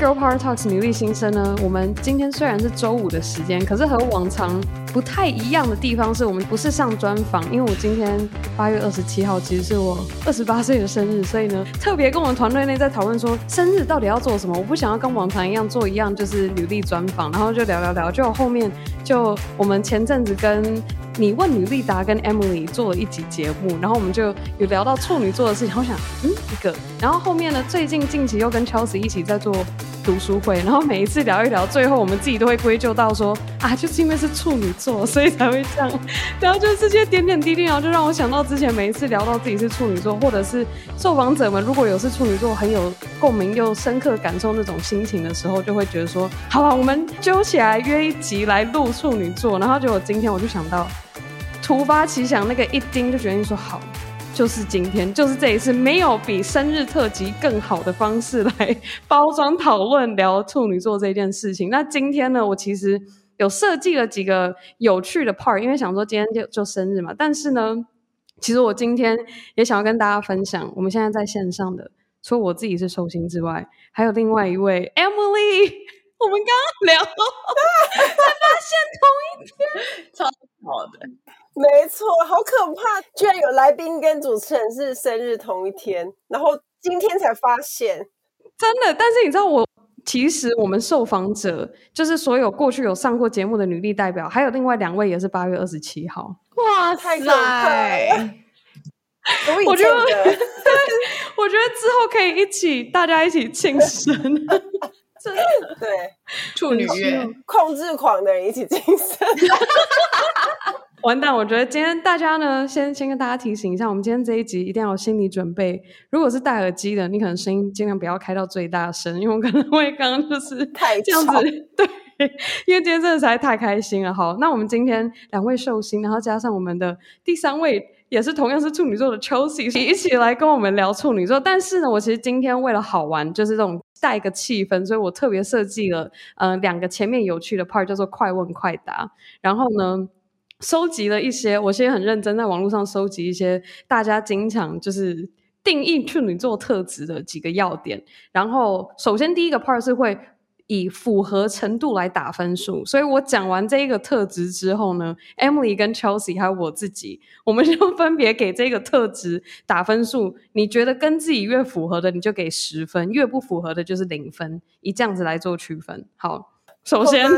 Girl Power Talks 女力新生呢，我们今天虽然是周五的时间，可是和往常不太一样的地方是我们不是上专访，因为我今天8月27号其实是我28岁的生日，所以呢特别跟我们团队内在讨论说生日到底要做什么。我不想要跟往常一样做一样就是女力专访，然后就聊，就后面就我们前阵子跟你问女力答跟 Emily 做了一集节目，然后我们就有聊到处女座的事情，然后想一个，然后后面呢近期又跟 Chelsea 一起在做读书会，然后每一次聊一聊，最后我们自己都会归咎到说就是因为是处女座所以才会这样，然后就这些点点滴滴，然后就让我想到之前每一次聊到自己是处女座，或者是受访者们如果有是处女座很有共鸣又深刻感受那种心情的时候，就会觉得说好了，我们揪起来约一集来录处女座，然后结果今天我就想到突发奇想，那个一盯就决定说好，就是今天，就是这一次，没有比生日特辑更好的方式来包装讨论聊处女座这件事情。那今天呢，我其实有设计了几个有趣的 part， 因为想说今天就生日嘛，但是呢其实我今天也想要跟大家分享，我们现在在线上的除了我自己是寿星之外，还有另外一位 Emily， 我们刚刚聊才发现同一天， 超好的， 没错，好可怕，居然有来宾跟主持人是生日同一天，然后今天才发现， 真的。但是你知道其实我们受访者就是所有过去有上过节目的女力代表，还有另外2位也是8月27号。 哇太可怕了！ 我觉得之后可以大家一起庆生。真的对， 处女月， 控制狂的人一起晋升。 完蛋！我觉得今天大家呢，先跟大家提醒一下，我们今天这一集一定要有心理准备。如果是戴耳机的，你可能声音尽量不要开到最大声，因为我可能会刚刚就是这样子。对，因为今天真的实在太开心了。好，那我们今天2位寿星，然后加上我们的第3位也是同样是处女座的 Chelsea 一起来跟我们聊处女座。但是呢，我其实今天为了好玩，就是这种带一个气氛，所以我特别设计了2个前面有趣的 part， 叫做快问快答。然后呢收集了一些，我现在很认真在网络上收集一些大家经常就是定义处女座特质的几个要点。然后首先第一个 part 是会以符合程度来打分数，所以我讲完这一个特质之后呢， Emily 跟 Chelsea 还有我自己，我们就分别给这个特质打分数，你觉得跟自己越符合的你就给10分，越不符合的就是0分，以这样子来做区分。好，首先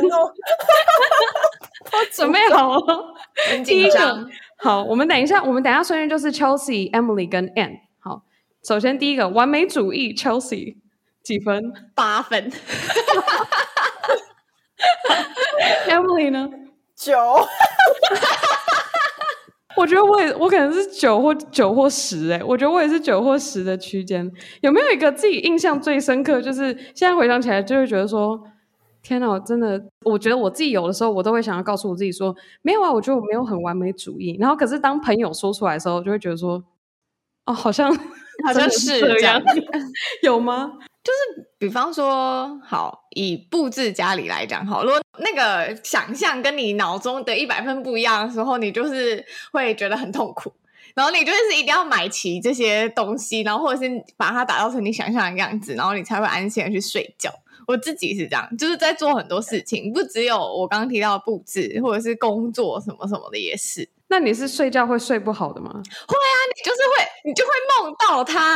准备好了， 很紧张。 好，我们等一下顺序就是 Chelsea、Emily 跟 Ann。好，首先第一个完美主义 Chelsea 几分 ？8分。 Emily 呢 9。 我觉得我可能是9或10我觉得我也是9或10的区间。有没有一个自己印象最深刻，就是现在回想起来就会觉得说天哪，真的，我觉得我自己有的时候我都会想要告诉我自己说没有啊，我觉得我没有很完美主义，然后可是当朋友说出来的时候就会觉得说好像是这样。 有吗？ 就是比方说好，以布置家里来讲好，如果那个想象跟你脑中的100分不一样的时候，你就是会觉得很痛苦，然后你就是一定要买齐这些东西，然后或者是把它打造成你想象的样子，然后你才会安心的去睡觉。我自己是这样，就是在做很多事情，不只有我刚刚提到的布置，或者是工作什么什么的也是。 那你是睡觉会睡不好的吗？会啊，你就会梦到它。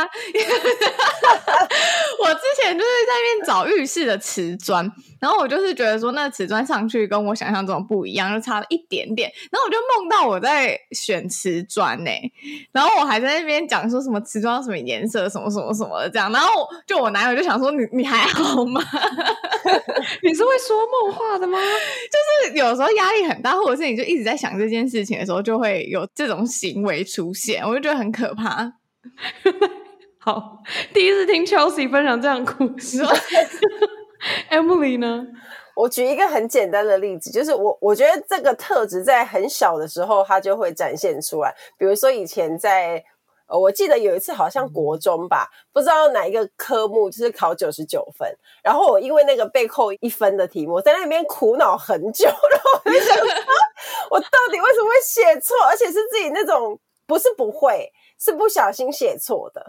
我之前就是在那边找浴室的瓷砖，然后我就是觉得说那瓷砖上去跟我想象中不一样，就差了一点点，然后我就梦到我在选瓷砖然后我还在那边讲说什么瓷砖什么颜色什么什么什么的这样，然后就我男友就想说你还好吗？ 你是会说梦话的吗？ 就是有时候压力很大，或者是你就一直在想这件事情的时候，就会有这种行为出现，我就觉得很可怕。 好，第一次听 Chelsea 分享这样的故事。Emily 呢？ 我举一个很简单的例子，就是我觉得这个特质在很小的时候它就会展现出来。比如说以前在我记得有一次好像国中吧，不知道哪一个科目就是考99分，然后我因为那个被扣1分的题目在那边苦恼很久，然后我就想说我到底为什么会写错，而且是自己那种不是不会，是不小心写错的。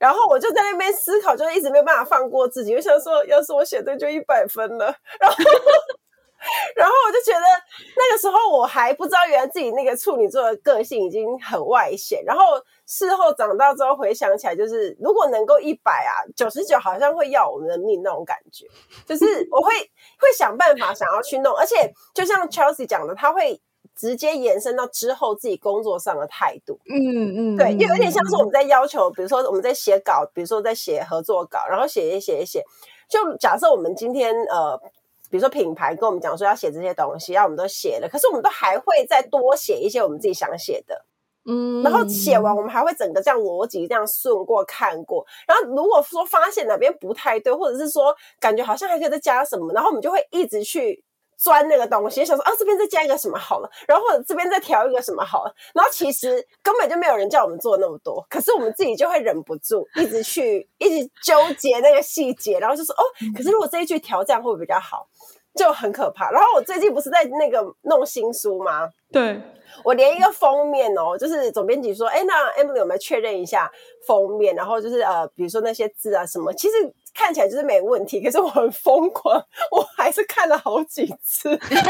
然后我就在那边思考，就一直没有办法放过自己，我想说要是我写对就100分了，然后我就觉得那个时候我还不知道原来自己那个处女座的个性已经很外显，然后事后长大之后回想起来，就是如果能够100啊，99好像会要我们的命那种感觉，就是我会想办法想要去弄，而且就像 Chelsea 讲的，他会直接延伸到之后自己工作上的态度。对，就有点像是我们在要求，比如说我们在写稿，比如说在写合作稿，然后写一写，就假设我们今天比如说品牌跟我们讲说要写这些东西，然后我们都写了，可是我们都还会再多写一些我们自己想写的。然后写完我们还会整个这样逻辑这样顺过看过，然后如果说发现哪边不太对，或者是说感觉好像还可以再加什么，然后我们就会一直去钻那个东西，想说这边再加一个什么好了，然后或者这边再调一个什么好了，然后其实根本就没有人叫我们做那么多，可是我们自己就会忍不住一直纠结那个细节，然后就说可是如果这一句调这样会不会比较好，就很可怕。然后我最近不是在那个弄新书吗？ 对， 我连一个封面就是总编辑说那 Emily 我们确认一下封面，然后就是比如说那些字啊什么，其实看起来就是没问题，可是我很疯狂，我还是看了好几次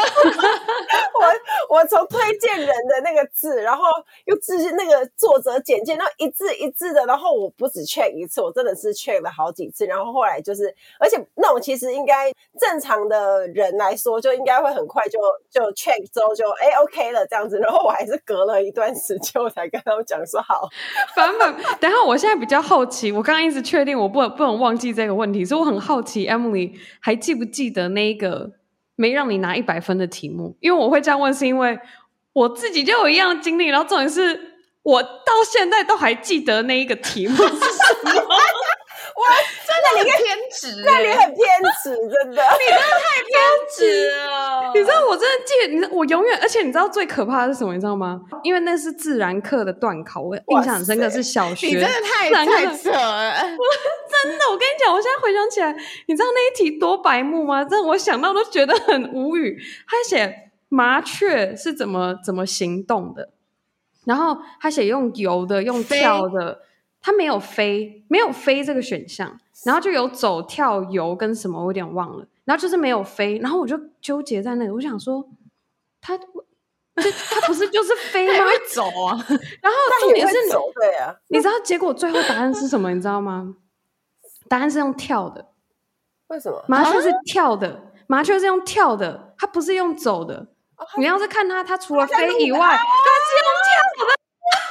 我从推荐人的那个字，然后又那个作者简介，然后一字一字的，然后我不止 check 一次，我真的是 check 了好几次，然后后来就是而且那种其实应该正常的人来说就应该会很快就 check 之后就OK 了这样子，然后我还是隔了一段时间我才跟他们讲说好。 等一下我现在比较好奇，我刚刚一直确定我不能忘记这个问题，所以我很好奇 Emily 还记不记得那一个没让你拿100分的题目？因为我会这样问是因为我自己就有一样的经历，然后重点是我到现在都还记得那一个题目是什么哇，真的很偏执， 那你很偏执，真的， 你真的太偏执了。 你知道我真的记得，我永远，而且你知道最可怕的是什么？你知道吗？因为那是自然课的段考，我印象很深刻，是小学。 你真的太扯了， 真的，我跟你讲，我现在回想起来，你知道那一题多白目吗？真的，我想到都觉得很无语。他写麻雀是怎么行动的，然后他写用游的，用跳的。他没有飞这个选项，然后就有走、跳、游跟什么，我有点忘了，然后就是没有飞，然后我就纠结在那里，我想说他不是就是飞吗？ 会走啊， 然后重点是对啊， 你知道结果最后答案是什么？你知道吗？答案是用跳的。 为什么？ 麻雀是跳的，麻雀是用跳的，它不是用走的。你要是看它除了飞以外，它是用跳的。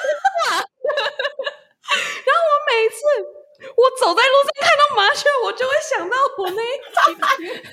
然后我每次我走在路上看到麻雀，我就会想到我那一题。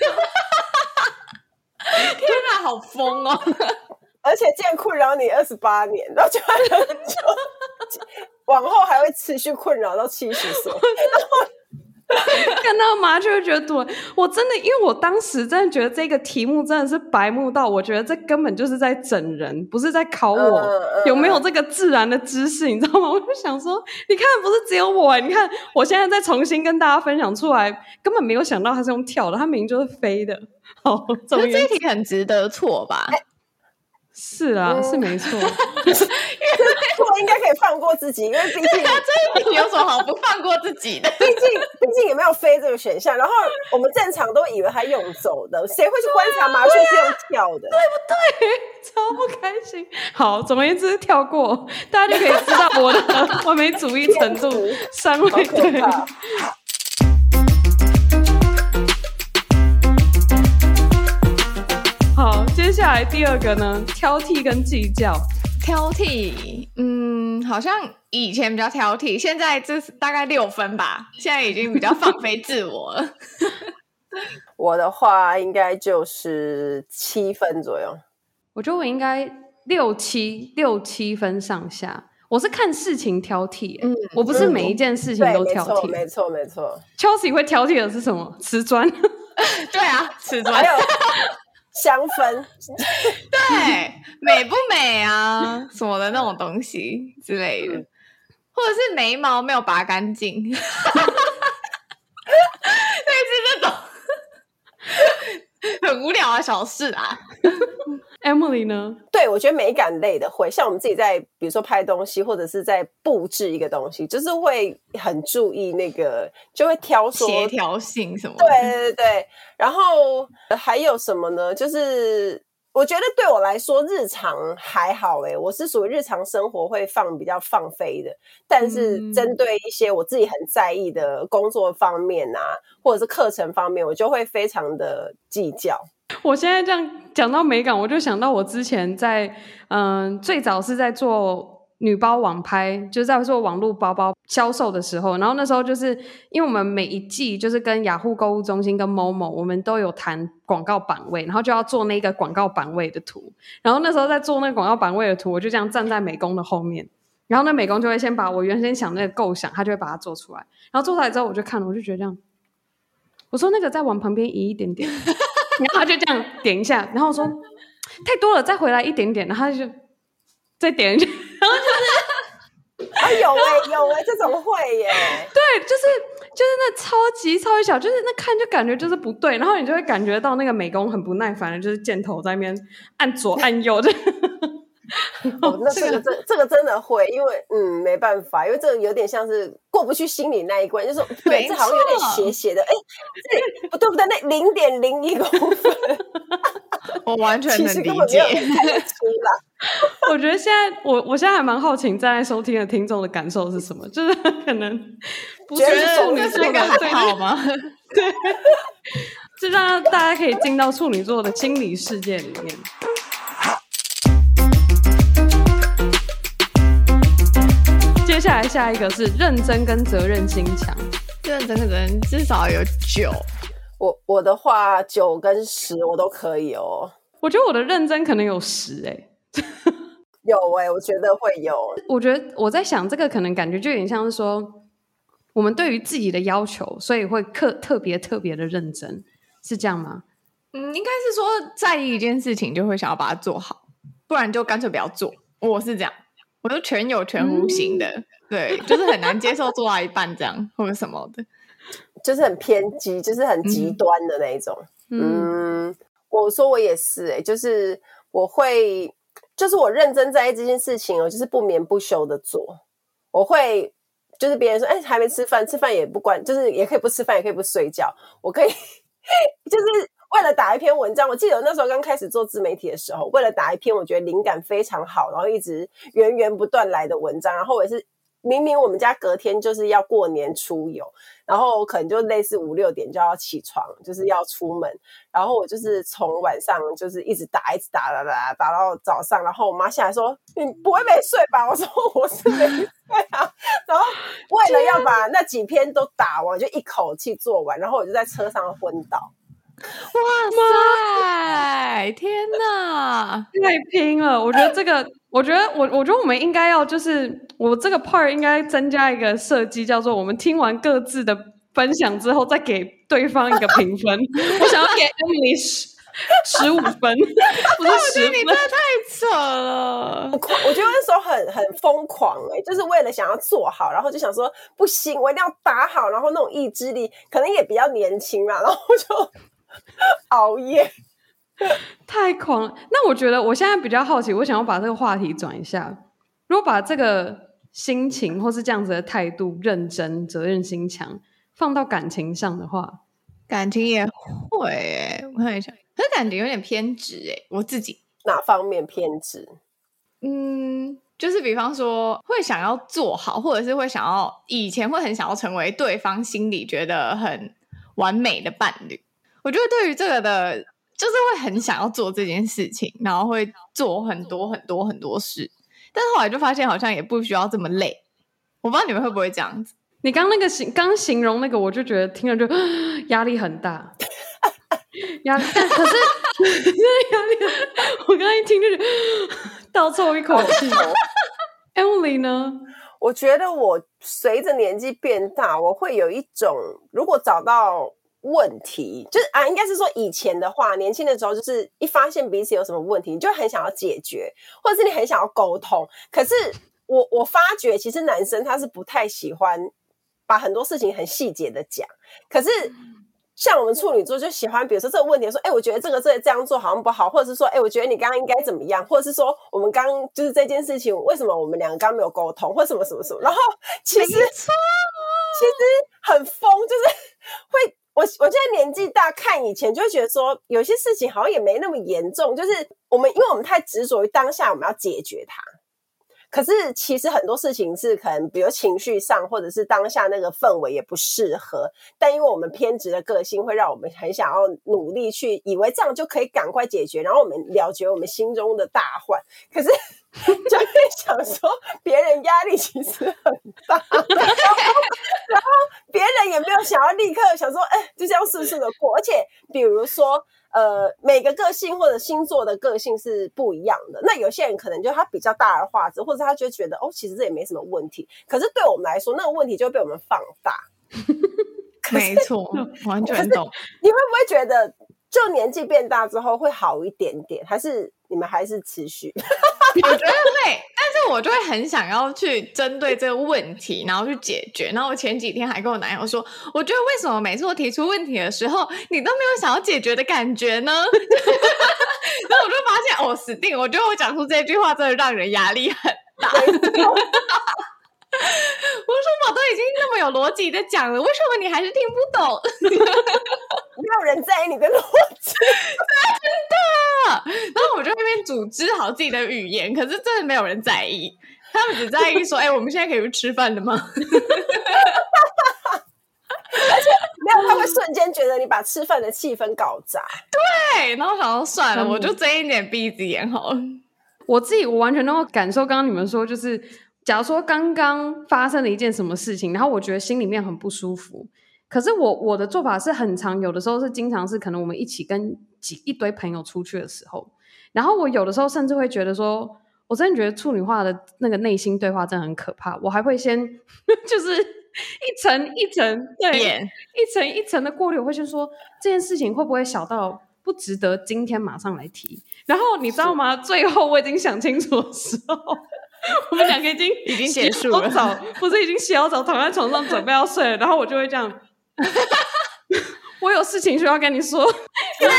天哪，好疯哦！ 而且竟然困扰你28年，然后就很久，往后还会持续困扰到70岁。 看到麻雀就觉得对，我真的，因为我当时真的觉得这个题目真的是白目到，我觉得这根本就是在整人，不是在考我有没有这个自然的知识，你知道吗？我就想说，你看不是只有我，你看我现在再重新跟大家分享出来，根本没有想到它是用跳的，它明明就是飞的。好， 可是这一题很值得错吧？是啊，是没错。 我应该可以放过自己，因为毕竟这一题有什么好不放过自己的？ 毕竟也没有飞这个选项，然后我们正常都以为他用走的，谁会去观察麻雀是用跳的？ 对不对？超不开心。好，总而言之跳过，大家就可以知道我的完美主义程度稍微对。好，接下来第二个呢，挑剔跟计较。 挑剔，好像以前比较挑剔，现在这是大概6分吧，现在已经比较放飞自我了。 我的话应该就是7分左右， 我觉得我应该6、7分上下。我是看事情挑剔，我不是每一件事情都挑剔。 没错。 Chelsea 会挑剔的是什么？瓷砖。 对啊，瓷砖。 还有香氛， 对，美不美啊什么的那种东西之类的，或者是眉毛没有拔干净，类似这种很无聊的小事啊。 Emily 呢？ 对，我觉得美感类的会，像我们自己在比如说拍东西或者是在布置一个东西，就是会很注意那个，就会挑说协调性什么的。 对对对，然后还有什么呢？就是我觉得对我来说日常还好我是属于日常生活会比较放飞的，但是针对一些我自己很在意的工作方面啊，或者是课程方面，我就会非常的计较。 我现在这样讲到美感，我就想到我之前在最早是在做女包网拍，就是在做网络包包销售的时候，然后那时候就是因为我们每一季就是跟雅虎购物中心跟 Momo 我们都有谈广告版位，然后就要做那个广告版位的图，然后那时候在做那个广告版位的图，我就这样站在美工的后面，然后那美工就会先把我原先想那个构想，他就会把它做出来，然后做出来之后我就看了，我就觉得这样，我说那个再往旁边移一点点然后他就这样点一下，然后我说太多了，再回来一点点，然后他就再点一下，然后就是有这种会耶， 对，就是那超级小，就是那看就感觉就是不对，然后你就会感觉到那个美工很不耐烦的，就是箭头在那边按左按右的。 那这个真的会，因为没办法，因为这个有点像是过不去心里那一关，就是对，这好像有点斜的，这不对，那0.01公分， 我完全能理解。 其实根本没有看得出来。 我觉得现在我现在还蛮好奇正在收听的听众的感受是什么，就是可能不是处女座的还好吗？ 对，就让大家可以进到处女座的心理世界里面。接下来下一个是认真跟责任心强。 认真的人至少有9。 我的话9跟10我都可以哦。 我觉得我的认真可能有10 有我觉得会有。 我觉得我在想这个可能感觉就有点像是说我们对于自己的要求，所以会特别的认真，是这样吗？ 应该是说在意一件事情就会想要把它做好，不然就干脆不要做。我是这样，我就全有全无型的，对，就是很难接受做到一半这样或者什么的， 就是很偏激，就是很极端的那一种。我说我也是就是我会，就是我认真在意这件事情就是不眠不休的做。我会就是别人说还没吃饭，吃饭也不管，就是也可以不吃饭，也可以不睡觉，我可以就是为了打一篇文章。我记得我那时候刚开始做自媒体的时候，为了打一篇我觉得灵感非常好，然后一直源源不断来的文章，然后我也是明明我们家隔天就是要过年出游，然后可能就类似5、6点就要起床，就是要出门，然后我就是从晚上就是一直打到早上，然后我妈下来说你不会没睡吧？我说我是没睡啊，然后为了要把那几篇都打完，就一口气做完，然后我就在车上昏倒。 哇塞，天哪， 太拼了！我觉得这个我觉得我们应该要就是我这个 part 应该增加一个设计，叫做我们听完各自的分享之后再给对方一个评分。我想要给 Emily 15分，不是10分。 你真的太扯了！ 我觉得那时候很疯狂就是为了想要做好，然后就想说不行，我一定要打好，然后那种意志力可能也比较年轻啦，然后就熬夜。 太狂了！那我觉得我现在比较好奇，我想要把这个话题转一下。如果把这个心情或是这样子的态度，认真、责任心强，放到感情上的话， 感情也会我看一下，可是感觉有点偏执我自己哪方面偏执？ 就是比方说会想要做好，或者是会想要以前会很想要成为对方心里觉得很完美的伴侣。我觉得对于这个的就是会很想要做这件事情，然后会做很多事，但是后来就发现好像也不需要这么累。我不知道你们会不会这样子。 你刚形容那个，我就觉得听了就压力很大，压力，可是压力，我刚刚一听就觉得倒抽一口气。Emily 呢？ 我觉得我随着年纪变大，我会有一种，如果找到问题，就是应该是说以前的话，年轻的时候就是一发现彼此有什么问题，你就很想要解决，或者是你很想要沟通。可是我发觉其实男生他是不太喜欢把很多事情很细节的讲，可是像我们处女座就喜欢，比如说这个问题说，我觉得这样做好像不好，或者是说，我觉得你刚刚应该怎么样，或者是说我们刚就是这件事情为什么我们两个刚没有沟通，或什么什么什么，然后其实很疯，就是会我现在年纪大看以前就会觉得说，有些事情好像也没那么严重，就是因为我们太执着于当下我们要解决它。可是其实很多事情是可能比如情绪上或者是当下那个氛围也不适合，但因为我们偏执的个性会让我们很想要努力去以为这样就可以赶快解决，然后我们了结我们心中的大患，可是就会想说别人压力其实很大然后别人也没有想要立刻想说就这样顺顺的过，而且比如说每个个性或者星座的个性是不一样的，那有些人可能就他比较大而化之，或者他就觉得其实这也没什么问题，可是对我们来说那个问题就会被我们放大没错，完全懂。 你会不会觉得就年纪变大之后会好一点点，还是你们还是持续我觉得会，但是我就会很想要去针对这个问题然后去解决。然后我前几天还跟我男友说，我觉得为什么每次我提出问题的时候你都没有想要解决的感觉呢然后我就发现死定了，我觉得我讲出这句话真的让人压力很大我说我都已经那么有逻辑的讲了，为什么你还是听不懂没有人在意你的逻辑真的。然后我就在那边组织好自己的语言，可是真的没有人在意，他们只在意说我们现在可以去吃饭了吗而且没有，他会瞬间觉得你把吃饭的气氛搞砸。 对，然后想说算了，我就睁一点闭一只眼好了。 我完全能够感受刚刚你们说，就是假如说刚刚发生了一件什么事情，然后我觉得心里面很不舒服，可是我的做法是很常，有的时候是经常是可能我们一起跟一堆朋友出去的时候，然后我有的时候甚至会觉得说，我真的觉得处女化的那个内心对话真的很可怕，我还会先就是一层一层，对，一层一层的过滤，我会先说这件事情会不会小到不值得今天马上来提，然后你知道吗？最后我已经想清楚的时候，我们两个已经结束了， 不是已经洗好澡躺在床上准备要睡了，然后我就会这样我有事情需要跟你说然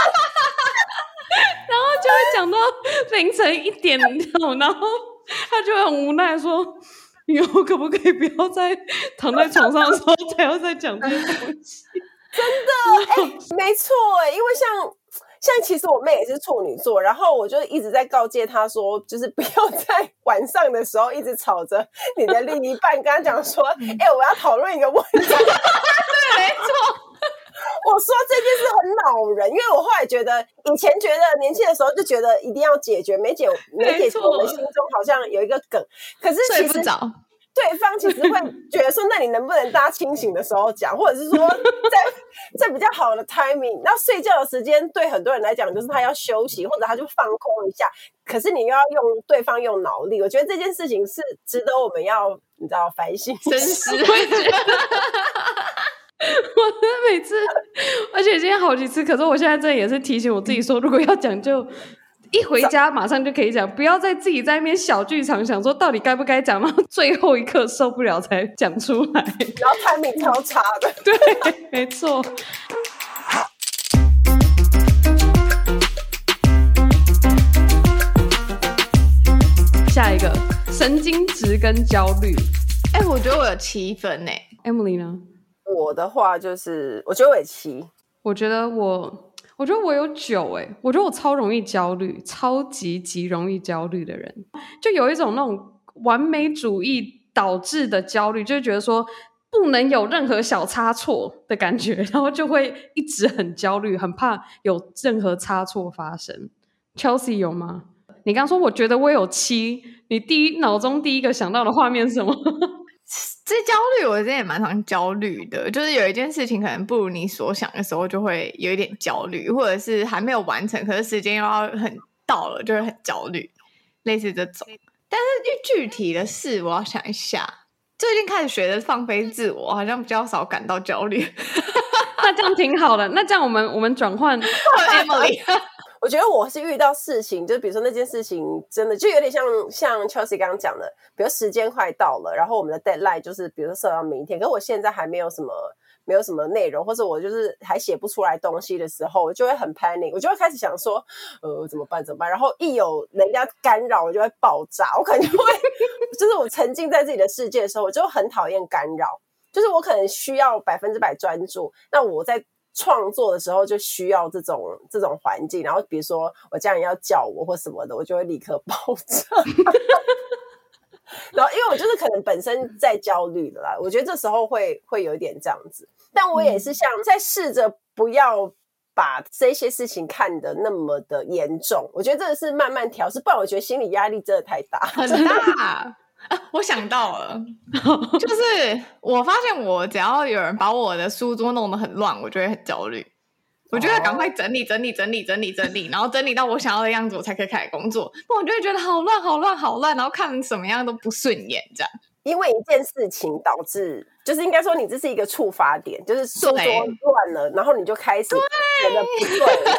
后就会讲到凌晨1点然后他就会很无奈说，以后可不可以不要再躺在床上的时候才要再讲这些东西真的没错因为像其实我妹也是处女座，然后我就一直在告诫她说，就是不要在晚上的时候一直吵着你的另一半，跟她讲说我要讨论一个问题对， 没错我说这件事很恼人，因为我后来觉得以前觉得年轻的时候就觉得一定要解决，没解决我们心中好像有一个梗，可是其实睡不着对方其实会觉得说那你能不能大家清醒的时候讲，或者是说在比较好的 timing， 那睡觉的时间对很多人来讲就是他要休息或者他就放空一下，可是你又要对方用脑力，我觉得这件事情是值得我们要你知道反省深思我每次而且今天好几次，可是我现在真的也是提醒我自己说，如果要讲就一回家马上就可以讲，不要再自己在那边小剧场想说到底该不该讲，然后最后一刻受不了才讲出来， 然后 timing 超差的对，没错。下一个神经质跟焦虑我觉得我有7分 Emily 呢？ 我的话就是我觉得我也7， 我觉得我有9我觉得我超容易焦虑，超级容易焦虑的人，就有一种那种完美主义导致的焦虑，就是觉得说不能有任何小差错的感觉，然后就会一直很焦虑，很怕有任何差错发生。Chelsea 有吗？你刚说我觉得我有7，你脑中第一个想到的画面是什么？ 这焦虑我之前也蛮常焦虑的，就是有一件事情可能不如你所想的时候就会有一点焦虑，或者是还没有完成可是时间又要很到了就会很焦虑，类似这种。但是具体的事我要想一下，最近开始学的放飞自我，好像比较少感到焦虑那这样挺好的，那这样我们转换 Emily 我觉得我是遇到事情，就比如说那件事情真的就有点像 Chelsea 刚刚讲的，比如时间快到了，然后我们的 deadline 就是比如说设到明天，可是我现在还没有什么没有什么内容，或者我就是还写不出来东西的时候，我就会很 panic， 我就会开始想说怎么办，然后一有人家干扰我就会爆炸，我可能就会就是我沉浸在自己的世界的时候，我就很讨厌干扰，就是我可能需要100%专注，那我在创作的时候就需要这种环境，然后比如说我家人要叫我或什么的，我就会立刻爆炸然后因为我就是可能本身在焦虑的啦，我觉得这时候会有一点这样子，但我也是像在试着不要把这些事情看得那么的严重，我觉得这个是慢慢调试，不然我觉得心理压力真的太大， 很大我想到了就是我发现我只要有人把我的书桌弄得很乱，我就会很焦虑，我就会赶快整理，然后整理到我想要的样子我才可以开始工作，不然我就会觉得好乱，然后看什么样都不顺眼这样。 因为一件事情导致，就是应该说你这是一个触发点，就是书桌乱了，然后你就开始觉得不对了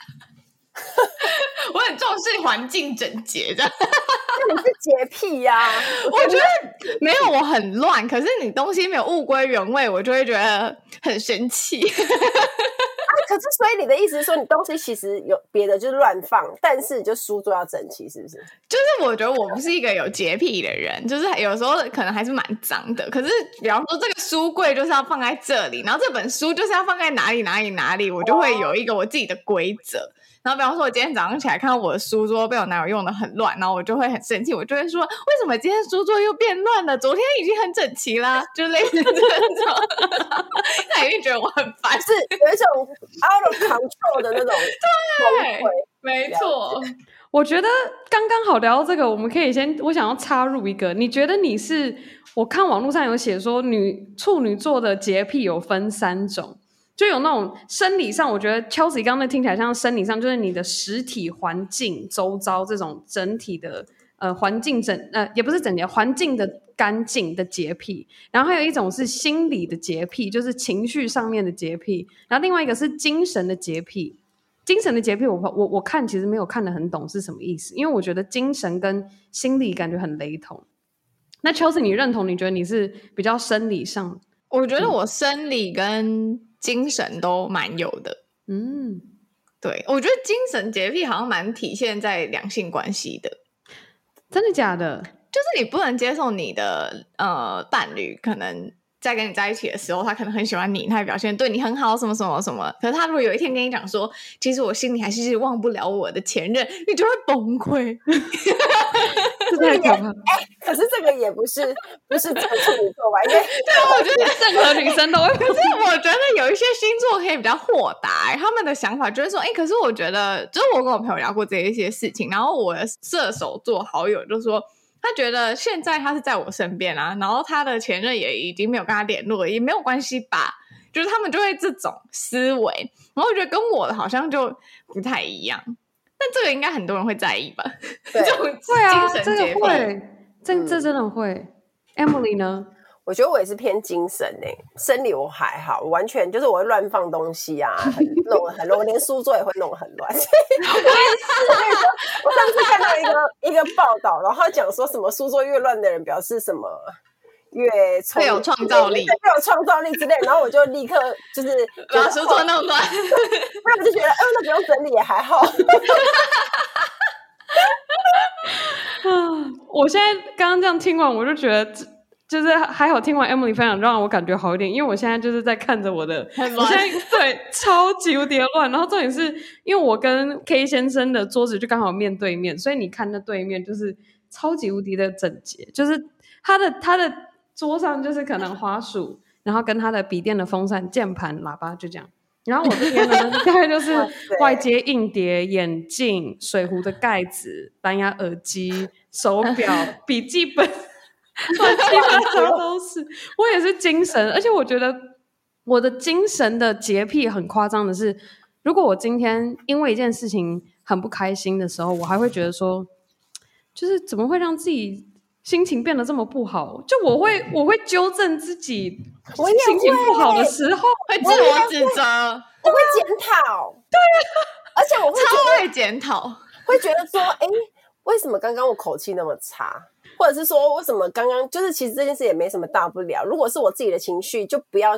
我很重视环境整洁的那你是洁癖呀我觉得没有我很乱，可是你东西没有物归原位，我就会觉得很生气可是所以你的意思是说你东西其实有别的就是乱放，但是就书桌要整齐，是不是？ 就是我觉得我不是一个有洁癖的人，就是有时候可能还是蛮脏的，可是比方说这个书柜就是要放在这里，然后这本书就是要放在哪里，我就会有一个我自己的规则然后比方说我今天早上起来看到我的书桌被我男友用的很乱，然后我就会很生气，我就会说为什么今天书桌又变乱了，昨天已经很整齐啦，就类似这种他一定觉得我很烦， 是有一种 out of control 的那种对，没错。 我觉得刚刚好聊到这个，我们可以我想要插入一个，你觉得你是，我看网络上有写说处女座的洁癖有分3种，就有那种生理上，我觉得 Chelsea 刚刚那听起来像生理上，就是你的实体环境周遭这种整体的环境也不是整洁，环境的干净的洁癖，然后还有一种是心理的洁癖，就是情绪上面的洁癖，然后另外一个是精神的洁癖。精神的洁癖我看其实没有看得很懂是什么意思，因为我觉得精神跟心理感觉很雷同。那 Chelsea 你认同，你觉得你是比较生理上？ 我觉得我生理跟精神都蛮有的。对，我觉得精神洁癖好像蛮体现在两性关系的。 真的假的？ 就是你不能接受你的伴侣可能在跟你在一起的时候，他可能很喜欢你，他也表现对你很好，什么什么什么。可是他如果有一天跟你讲说，其实我心里还是忘不了我的前任，你就会崩溃。 这太可怕。 可是这个也不是这个处女座吧？因为对，我觉得任何女生都会。 可是我觉得有一些星座可以比较豁达，他们的想法就是说，可是我觉得，就是我跟我朋友聊过这一些事情，然后我的射手座好友就说，他觉得现在他是在我身边啊，然后他的前任也已经没有跟他联络了，也没有关系吧，就是他们就会这种思维，然后我觉得跟我的好像就不太一样，但这个应该很多人会在意吧？ 对， 这种精神洁癖， 这个会，这真的会。Emily 呢？ 我觉得我也是偏精神生理我还好，我完全就是我会乱放东西啊，弄得很乱，我连书桌也会弄得很乱。我上次看到一个报道，然后他讲说什么书桌越乱的人表示什么越会有创造力， 越有创造力之类，然后我就立刻就是把书桌弄乱， 不然我就觉得那不用整理也还好。 我现在刚刚这样听完，我就觉得就是还好，听完 Emily 分享让我感觉好一点，因为我现在就是在看着我现在对超级无敌乱，然后重点是因为我跟 K 先生的桌子就刚好面对面，所以你看那对面就是超级无敌的整洁，就是他的桌上就是可能滑鼠，然后跟他的笔电的风扇、键盘、喇叭就这样。然后我这边呢，大概就是外接硬碟、眼镜、水壶的盖子、蓝牙耳机、手表、笔记本，乱七八糟都是。我也是精神，而且我觉得我的精神的洁癖很夸张的是，如果我今天因为一件事情很不开心的时候，我还会觉得说，就是怎么会让自己心情变得这么不好？就我会纠正自己心情不好的时候， 会自我指责， 我会检讨，对啊，而且我会超会检讨， 会觉得说，为什么刚刚我口气那么差？或者是说为什么刚刚就是其实这件事也没什么大不了，如果是我自己的情绪就不要去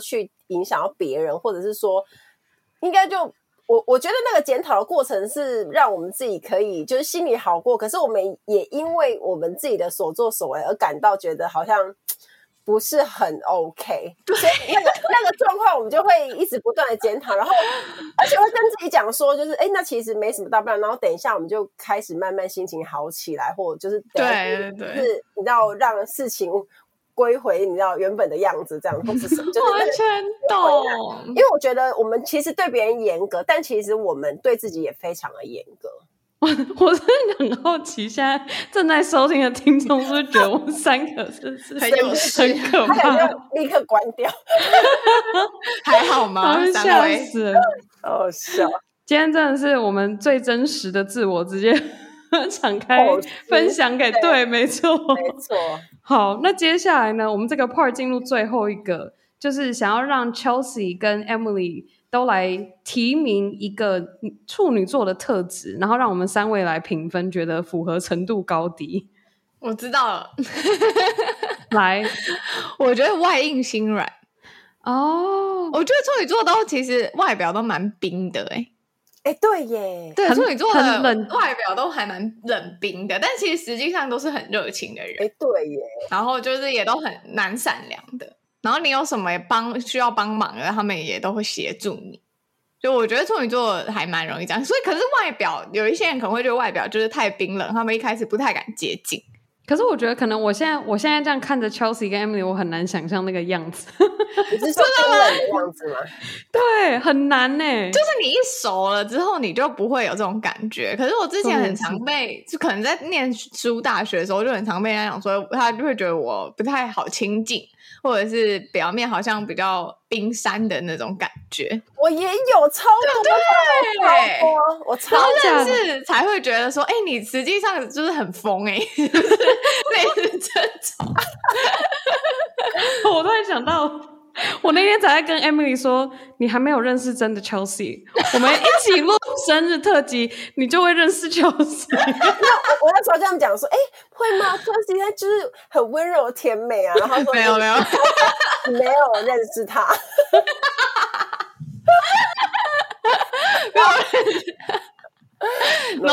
影响到别人，或者是说应该就我觉得那个检讨的过程是让我们自己可以就是心里好过，可是我们也因为我们自己的所作所为而感到觉得好像不是很 OK， 所以那个状况我们就会一直不断的检讨，然后而且会跟自己讲说就是那其实没什么大不了，然后等一下我们就开始慢慢心情好起来，或者就是对， 就是你知道让事情归回你知道原本的样子这样，或是什么，就是完全懂。 因为我觉得我们其实对别人严格，但其实我们对自己也非常的严格。 我真的很好奇，现在正在收听的听众是不是觉得我们三个是很有事很可他怕？ 想要立刻关掉， 还好吗？ 吓 3位死了！ 好笑。 今天真的是我们最真实的自我，直接敞开分享给对，没错， 没错。 好，那接下来呢，我们这个 part 进入最后一个，就是想要让 Chelsea 跟 Emily 都来提名一个处女座的特质，然后让我们3位来评分，觉得符合程度高低。 我知道了， 来， 我觉得外硬心软。 哦， 我觉得处女座都其实外表都蛮冰的对耶， 对，处女座的很冷外表都还蛮冷冰的，但其实实际上都是很热情的人。 对耶， 然后就是也都很蛮善良的，然后你有什么需要帮忙的，他们也都会协助你。就我觉得处女座还蛮容易这样，所以可是外表有一些人可能会觉得外表就是太冰冷，他们一开始不太敢接近。 可是我觉得可能我现在这样看着 Chelsea 跟 Emily， 我很难想象那个样子。 你是说冰冷的样子吗？ 对，很难耶。 就是你一熟了之后，你就不会有这种感觉。可是我之前很常被，就可能在念书大学的时候，就很常被人家讲说，他就会觉得我不太好亲近，或者是表面好像比较冰山的那种感觉。 我也有超多， 对， 我超然后认识才会觉得说，你实际上就是很疯类似这种。 我突然想到，我那天才在跟 Emily 说，你还没有认识真的 Chelsea， 我们一起录生日特辑，你就会认识 Chelsea。 我那时候这样讲说，会吗 ？Chelsea 他就是很温柔甜美啊，然后说没有， 你没有认识他。 No，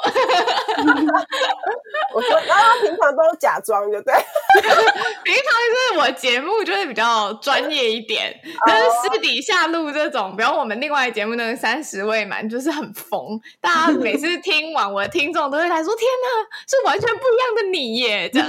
我说，然后他平常都假装，就对。 平常就是我节目就会比较专业一点，但是私底下录这种，比方我们另外的节目那个30位嘛，就是很疯。大家每次听完，我的听众都会来说：“天哪，是完全不一样的你耶！”这样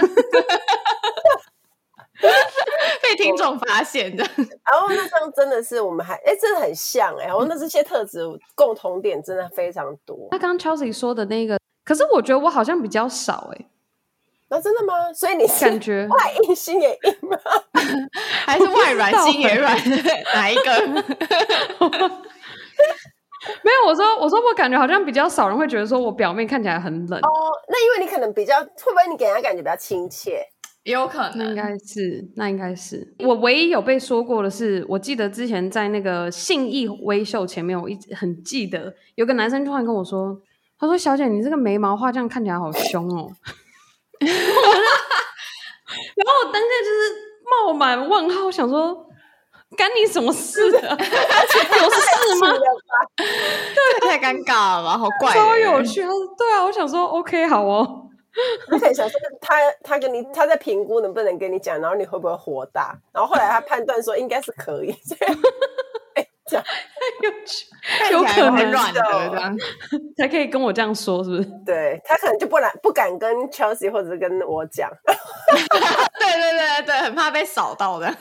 被听众发现的。 然后那这样真的是我们还真的很像然后那这些特质共同点真的非常多。 他刚刚 Chelsea 说的那个，可是我觉得我好像比较少真的吗？所以你是感觉外硬心也硬吗？ 还是外软心也软？哪一个？ 没有，我说我感觉好像比较少人会觉得说我表面看起来很冷。 那因为你可能比较，会不会你给人家感觉比较亲切？ 有可能， 那应该是。我唯一有被说过的是，我记得之前在那个信义威秀前面，我一直很记得有个男生突然跟我说，他说：“小姐，你这个眉毛画这样看起来好凶哦。”然后我当下就是冒满问号，想说干你什么事啊？有事吗？ 对，太尴尬了吧，好怪， 超有趣。他说：“对啊，我想说 OK 好哦。” 我可以想说他在评估能不能跟你讲，然后你会不会火大？然后后来他判断说应该是可以，这样有可能很软的这样才可以跟我这样说，是不是？ 对，他可能就不敢跟 Chelsea 或者是跟我讲。 对，很怕被扫到的。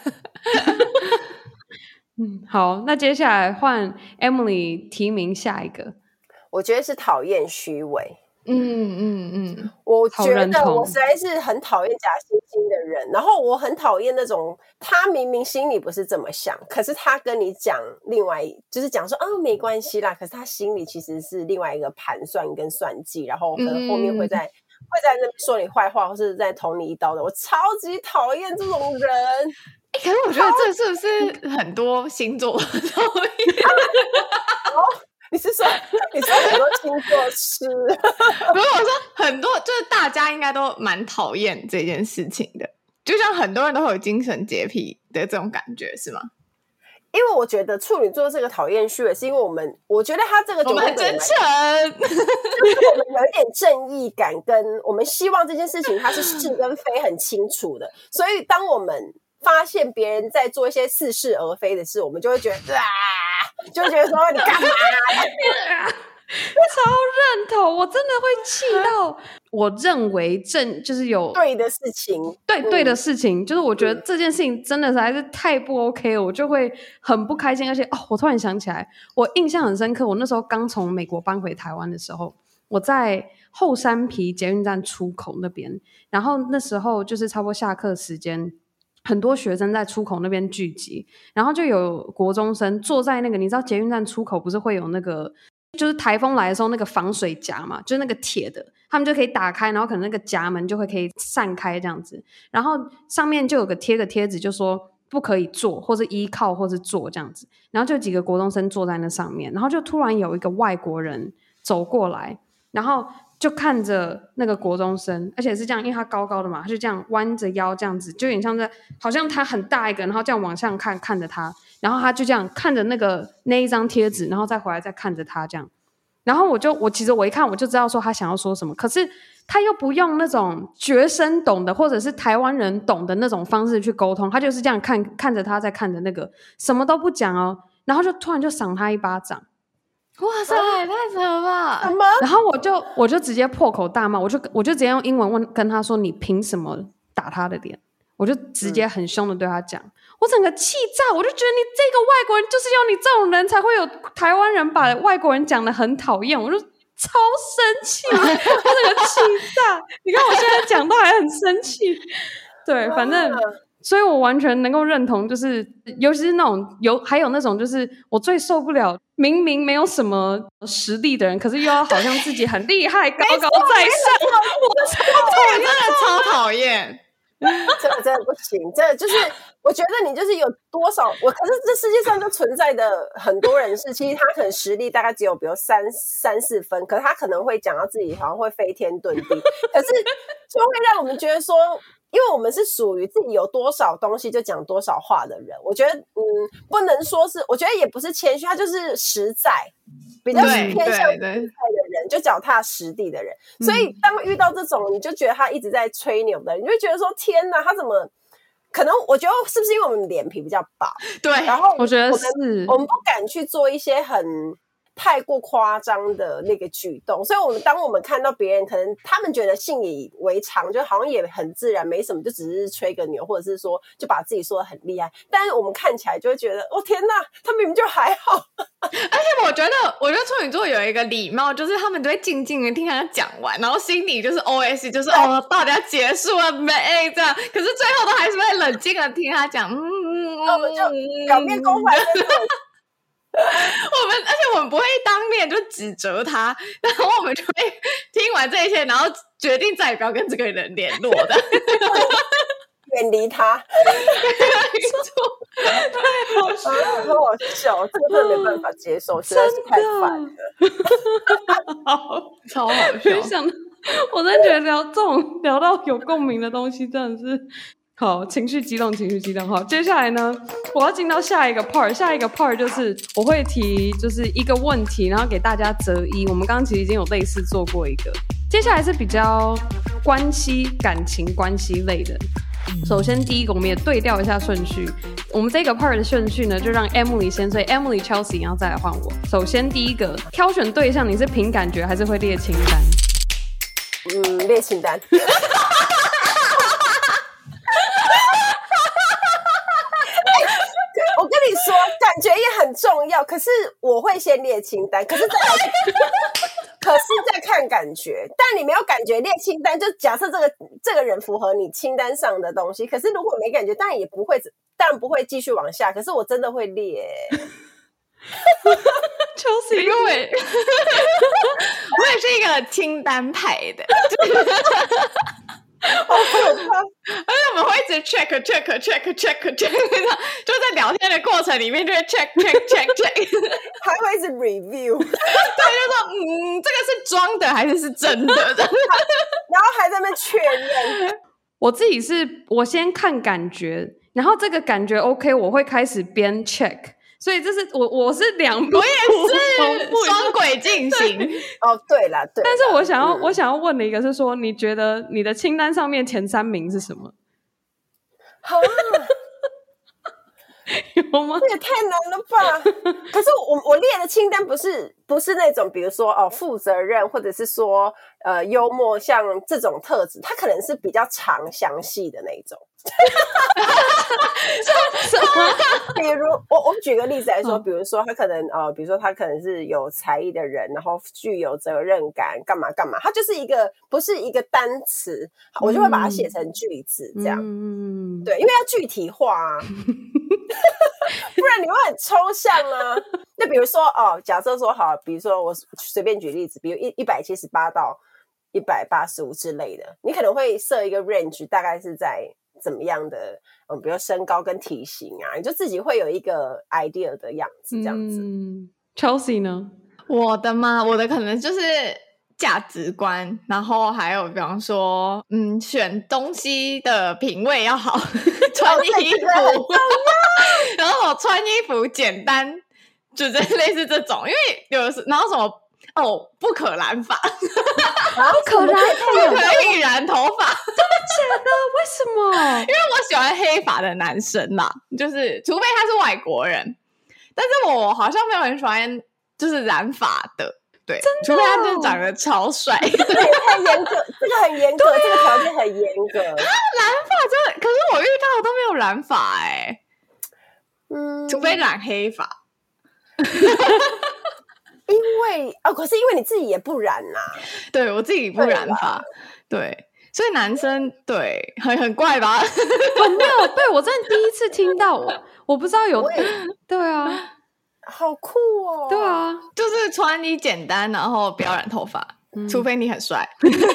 好，那接下来换 Emily 提名下一个。 我觉得是讨厌虚伪。我觉得我实在是很讨厌假惺惺的人，然后我很讨厌那种他明明心里不是这么想，可是他跟你讲另外就是讲说没关系啦，可是他心里其实是另外一个盘算跟算计，然后可能后面会在那边说你坏话，或是在捅你一刀的。我超级讨厌这种人。 可是我觉得这是不是很多星座都讨厌？ 你说很多星座是？ 不是，我说很多，就是大家应该都蛮讨厌这件事情的，就像很多人都会有精神洁癖的这种感觉，是吗？ 因为我觉得处女座这个讨厌序，是因为我觉得他这个我们很真诚， 就是我们有一点正义感，跟我们希望这件事情它是是跟非很清楚的，所以当我们发现别人在做一些似是而非的事，我们就会觉得就会觉得说你干嘛超认同，我真的会气到我认为就是有对的事情， 对的事情，就是我觉得这件事情真的实在是太不 OK 了，我就会很不开心。而且我突然想起来，我印象很深刻，我那时候刚从美国搬回台湾的时候，我在后山埤捷运站出口那边，然后那时候就是差不多下课时间，很多学生在出口那边聚集，然后就有国中生坐在那个，你知道捷运站出口不是会有那个就是台风来的时候那个防水夹嘛，就是那个铁的，他们就可以打开，然后可能那个夹门就会可以散开这样子，然后上面就有贴个贴纸，就说不可以坐或是依靠或是坐这样子，然后就几个国中生坐在那上面，然后就突然有一个外国人走过来，然后就看着那个国中生，而且是这样，因为他高高的嘛，他就这样弯着腰这样子，就有点像在好像他很大一个，然后这样往上看着他，然后他就这样看着那一张贴纸，然后再回来再看着他这样，然后我其实我一看我就知道说他想要说什么，可是他又不用那种学生懂的或者是台湾人懂的那种方式去沟通，他就是这样看着他再看着那个，什么都不讲哦，然后就突然就赏他一巴掌。 哇塞，太扯了吧！ 什么？ 然后我就直接破口大骂，我就直接用英文跟他说：“你凭什么打他的脸？”我就直接很凶的对他讲，我整个气炸，我就觉得你这个外国人就是要你这种人才会有台湾人把外国人讲的很讨厌，我就超生气，我整个气炸。你看我现在讲到还很生气，对，反正。所以我完全能够认同，就是尤其是那种还有那种就是我最受不了，明明没有什么实力的人，可是又要好像自己很厉害，高高在上，我超讨厌， 真的超讨厌。 这个真的不行，这个就是我觉得你就是有多少可是这世界上就存在的很多人是，其实他可能实力大概只有比如三四分，可是他可能会讲到自己好像会飞天遁地，可是就会让我们觉得说。因为我们是属于自己有多少东西就讲多少话的人，我觉得不能说是，我觉得也不是谦虚，他就是实在，比较偏向实在的人，就脚踏实地的人。所以当遇到这种，你就觉得他一直在吹牛的人，你就觉得说天哪，他怎么可能？我觉得是不是因为我们脸皮比较薄？ 对， 然后我觉得是我们不敢去做一些很。太过夸张的那个举动，所以当我们看到别人可能他们觉得信以为常，就好像也很自然，没什么，就只是吹个牛，或者是说就把自己说的很厉害，但是我们看起来就会觉得天哪，他明明就还好。 而且我觉得处女座有一个礼貌，就是他们都会静静的听他讲完，然后心里就是 OS 就是到底要结束了没这样，可是最后都还是会冷静的听他讲， 那我们就表面公开那种。 而且我们不会当面就指责他，然后我们就会听完这一切，然后决定再也不要跟这个人联络的， 远离他。 没错， 太好笑了，很好笑，这个真的没办法接受，实在是太烦了， 超好笑。 我真的觉得聊到有共鸣的东西，真的是。好，情绪激动。好，接下来呢，我要进到下一个 part。下一个 part 就是我会提就是一个问题，然后给大家择一。我们刚刚其实已经有类似做过一个。接下来是比较感情关系类的。首先第一个，我们也对调一下顺序。我们这个 part 的顺序呢，就让 Emily 先，所以 Emily、Chelsea 然后再来换我。首先第一个，挑选对象，你是凭感觉还是会列清单？ 列清单。我跟你说，感觉也很重要。可是我会先列清单，可是再看感觉。但你没有感觉列清单，就假设这个人符合你清单上的东西。可是如果没感觉，当然不会继续往下。可是我真的会列。 就是因为我也是一个清单派的。 好可怕！ 而且我们会一直 check， 就在聊天的过程里面就会 check， 还会一直 review， 对，就说这个是装的还是真的，然后还在那边确认。 我先看感觉，然后这个感觉 OK， 我会开始边 check， 所以这是我是两部， 我也是双轨进行。 哦，对啦，对啦。 但是我想要问的一个是说，你觉得你的清单上面前3名是什么？ 哈， 有吗？ 这也太难了吧！可是我列的清单不是那种，比如说负责任，或者是说幽默，像这种特质，它可能是比较长详细的那种。 什么？ 比如我举个例子来说，比如说他可能比如说他可能是有才艺的人，然后具有责任感，干嘛干嘛，他就是不是一个单词，我就会把它写成句子这样。对，因为要具体化啊，不然你会很抽象啊。那比如说假设说好，比如说我随便举例子，比如178到185之类的，你可能会设一个 range， 大概是在怎么样的比如身高跟体型啊，你就自己会有一个 idea 的样子这样子。 Chelsea 呢？ 我的吗？我的可能就是价值观，然后还有比方说选东西的品味要好，穿衣服然后穿衣服简单，就是类似这种。因为有时然后什么不可染发， 不可以染头发， 真的假的？为什么？ 因为我喜欢黑发的男生啦，就是除非他是外国人，但是我好像没有很喜欢就是染发的，对，除非他真的长得超帅。 这个也太严格，这个很严格，这个条件很严格。 染发真的，可是我遇到的都没有染发除非染黑发。 可是因为你自己也不染呐。 对，我自己不染发，对，所以男生对很怪吧？ 很妙，对，我真的第一次听到，我不知道有，对啊， 好酷哦， 对啊， 就是穿衣简单，然后不要染头发，除非你很帅，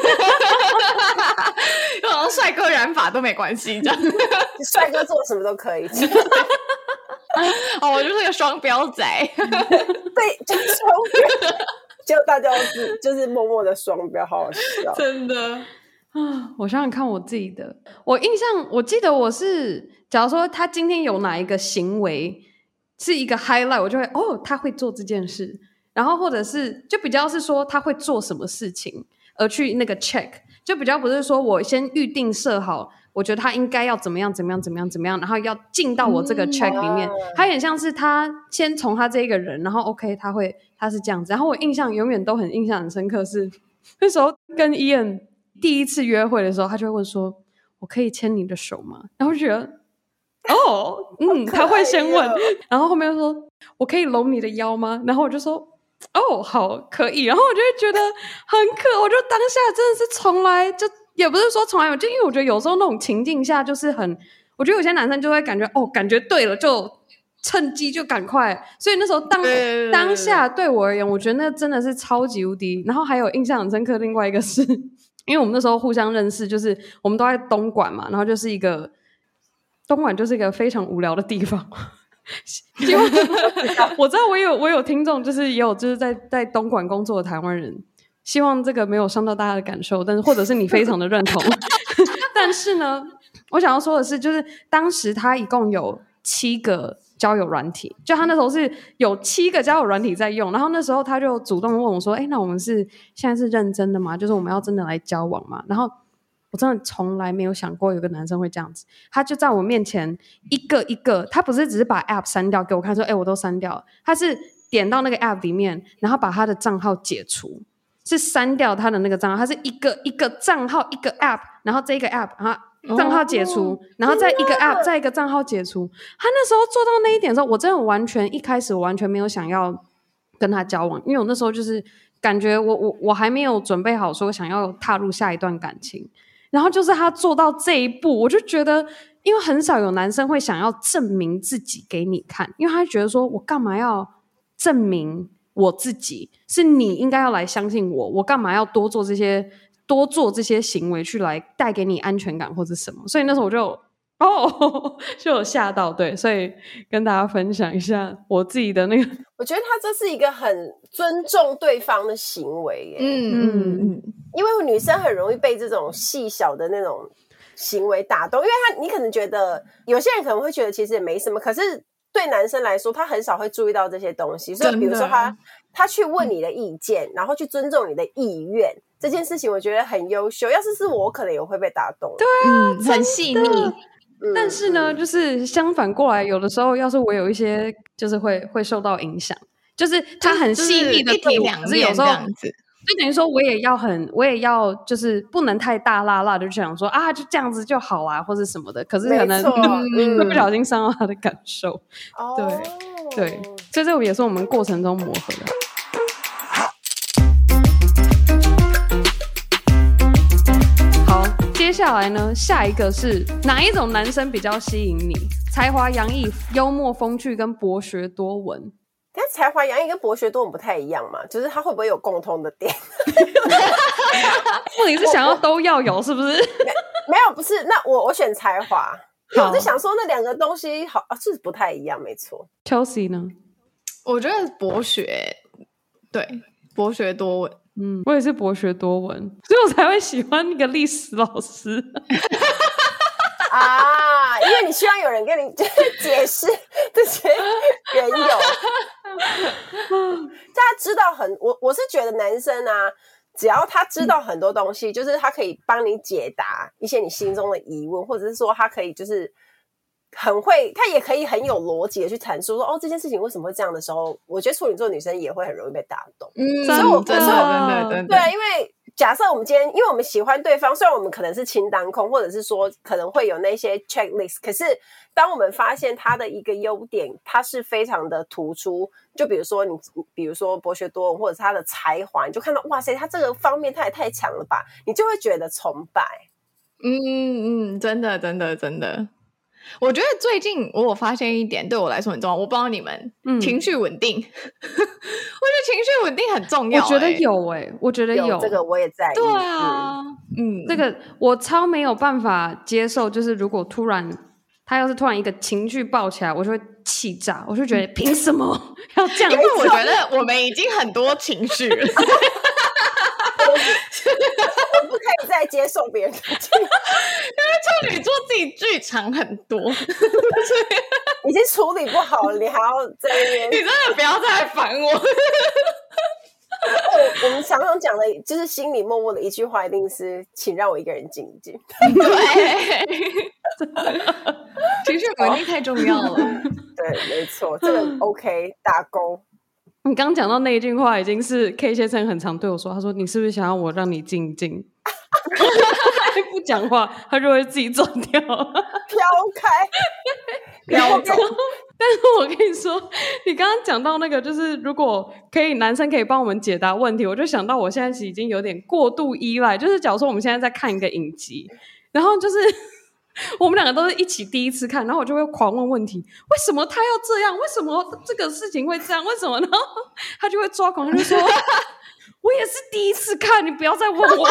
然后帅哥染发都没关系，这样， 帅哥做什么都可以。 我就是个双标仔。 对，就是双标，结果大家就是默默的双标，好好笑， 真的。 我想想看我自己的，我记得我是，假如说他今天有哪一个行为是一个 highlight， 我就会他会做这件事，然后或者是就比较是说他会做什么事情而去那个 check， 就比较不是说我先预定设好我觉得他应该要怎么样怎么样怎么样怎么样，然后要进到我这个 check 里面，他有点像是他先从他这一个人，然后 OK 他是这样子，然后我永远都很印象很深刻是那时候跟 Ian 第一次约会的时候，他就会问说我可以牵你的手吗？然后就觉得他会先问，然后后面又说我可以搂你的腰吗？然后我就说好可以，然后我就会觉得我就当下真的是从来就也不是说从来有，就因为我觉得有时候那种情境下就是我觉得有些男生就会感觉感觉对了就趁机就赶快，所以那时候当下对我而言，我觉得那真的是超级无敌。然后还有印象很深刻另外一个是因为我们那时候互相认识，就是我们都在东莞嘛，然后就是东莞就是一个非常无聊的地方我知道我有听众就是也有就是在东莞工作的台湾人，希望这个没有伤到大家的感受，但是或者是你非常的认同但是呢我想要说的是，就是当时他一共有7个交友软体，就他那时候是有7个交友软体在用，然后那时候他就主动问我说那我们现在是认真的吗？就是我们要真的来交往吗？然后我真的从来没有想过有个男生会这样子，他就在我面前一个一个，他不是只是把 app 删掉给我看说我都删掉了，他是点到那个 app 里面，然后把他的账号解除，是删掉他的那个账号，他是一个一个账号一个 app， 然后这一个 app 然后账号解除，然后再一个 app 再一个账号解除。他那时候做到那一点的时候，我真的一开始我完全没有想要跟他交往，因为我那时候就是感觉我还没有准备好说想要踏入下一段感情，然后就是他做到这一步，我就觉得因为很少有男生会想要证明自己给你看，因为他觉得说我干嘛要证明我自己，是你应该要来相信我干嘛要多做这些行为去来带给你安全感或者什么，所以那时候我就就有嚇到，对，所以跟大家分享一下我自己的那个， 我觉得他这是一个很尊重对方的行为耶，因为女生很容易被这种细小的那种行为打动，因为你可能觉得有些人可能会觉得其实也没什么，可是对男生来说，他很少会注意到这些东西。所以比如说他去问你的意见，然后去尊重你的意愿，这件事情我觉得很优秀。要是我可能也会被打动。 对啊， 很细腻。 但是呢，就是相反过来，有的时候要是我有一些就是会受到影响，就是他很细腻的对我，可是有时候就等于说我也要就是不能太大辣辣的就想说啊就这样子就好啊或者什么的，可是可能会不小心伤到他的感受。对，所以这也是我们过程中磨合的。好，接下来呢，下一个是哪一种男生比较吸引你？才华洋溢、幽默风趣跟博学多闻。 但才华洋溢跟博学多闻不太一样嘛，就是他会不会有共通的点？ 你是想要都要有是不是？ 没有，不是。那我选才华，因为我在想说那两个东西好是不太一样，没错。 Chelsea 呢？ 我觉得博学，对，博学多闻。 我也是博学多闻，所以我才会喜欢那个历史老师。 啊，因为你希望有人跟你解释这些缘由。他知道我是觉得男生啊，只要他知道很多东西，就是他可以帮你解答一些你心中的疑问，或者是说他可以就是很会，他也可以很有逻辑的去阐述说哦这件事情为什么会这样的时候，我觉得处女座女生也会很容易被打动。所以我真的对，因为假设我们今天，因为我们喜欢对方，虽然我们可能是清单控，或者是说可能会有那些 checklist， 可是当我们发现他的一个优点，他是非常的突出，就比如说博学多闻，或者是他的才华，你就看到哇塞，他这个方面他也太强了吧，你就会觉得崇拜。 真的。我觉得最近我有发现一点对我来说很重要，我不知道你们情绪稳定。我觉得情绪稳定很重要。 我觉得有我觉得有这个我也在意。 对啊， 这个我超没有办法接受，就是如果他要是突然一个情绪爆起来，我就会气炸，我就觉得凭什么要这样？ 因为我觉得我们已经很多情绪了。 我不可以再接受别人的情绪，因为处女座自己剧场很多， 已经处理不好了，你还要在那边？ 你真的不要再来烦我。 我们常常讲的就是心里默默的一句话，一定是请让我一个人静一静。 对，情绪稳定太重要了。 对，没错，这个 OK 打勾。 你刚讲到那一句话，已经是 K 先生很常对我说，他说你是不是想要我让你静静？不讲话，他就会自己走掉， 飘走。 但是我跟你说，你刚刚讲到那个，就是如果男生可以帮我们解答问题，我就想到我现在已经有点过度依赖。就是假如说我们现在在看一个影集，然后就是我们两个都是一起第一次看，然后我就会狂问问题，为什么他要这样？为什么这个事情会这样？为什么？然后他就会抓狂，就说我也是第一次看，你不要再问我。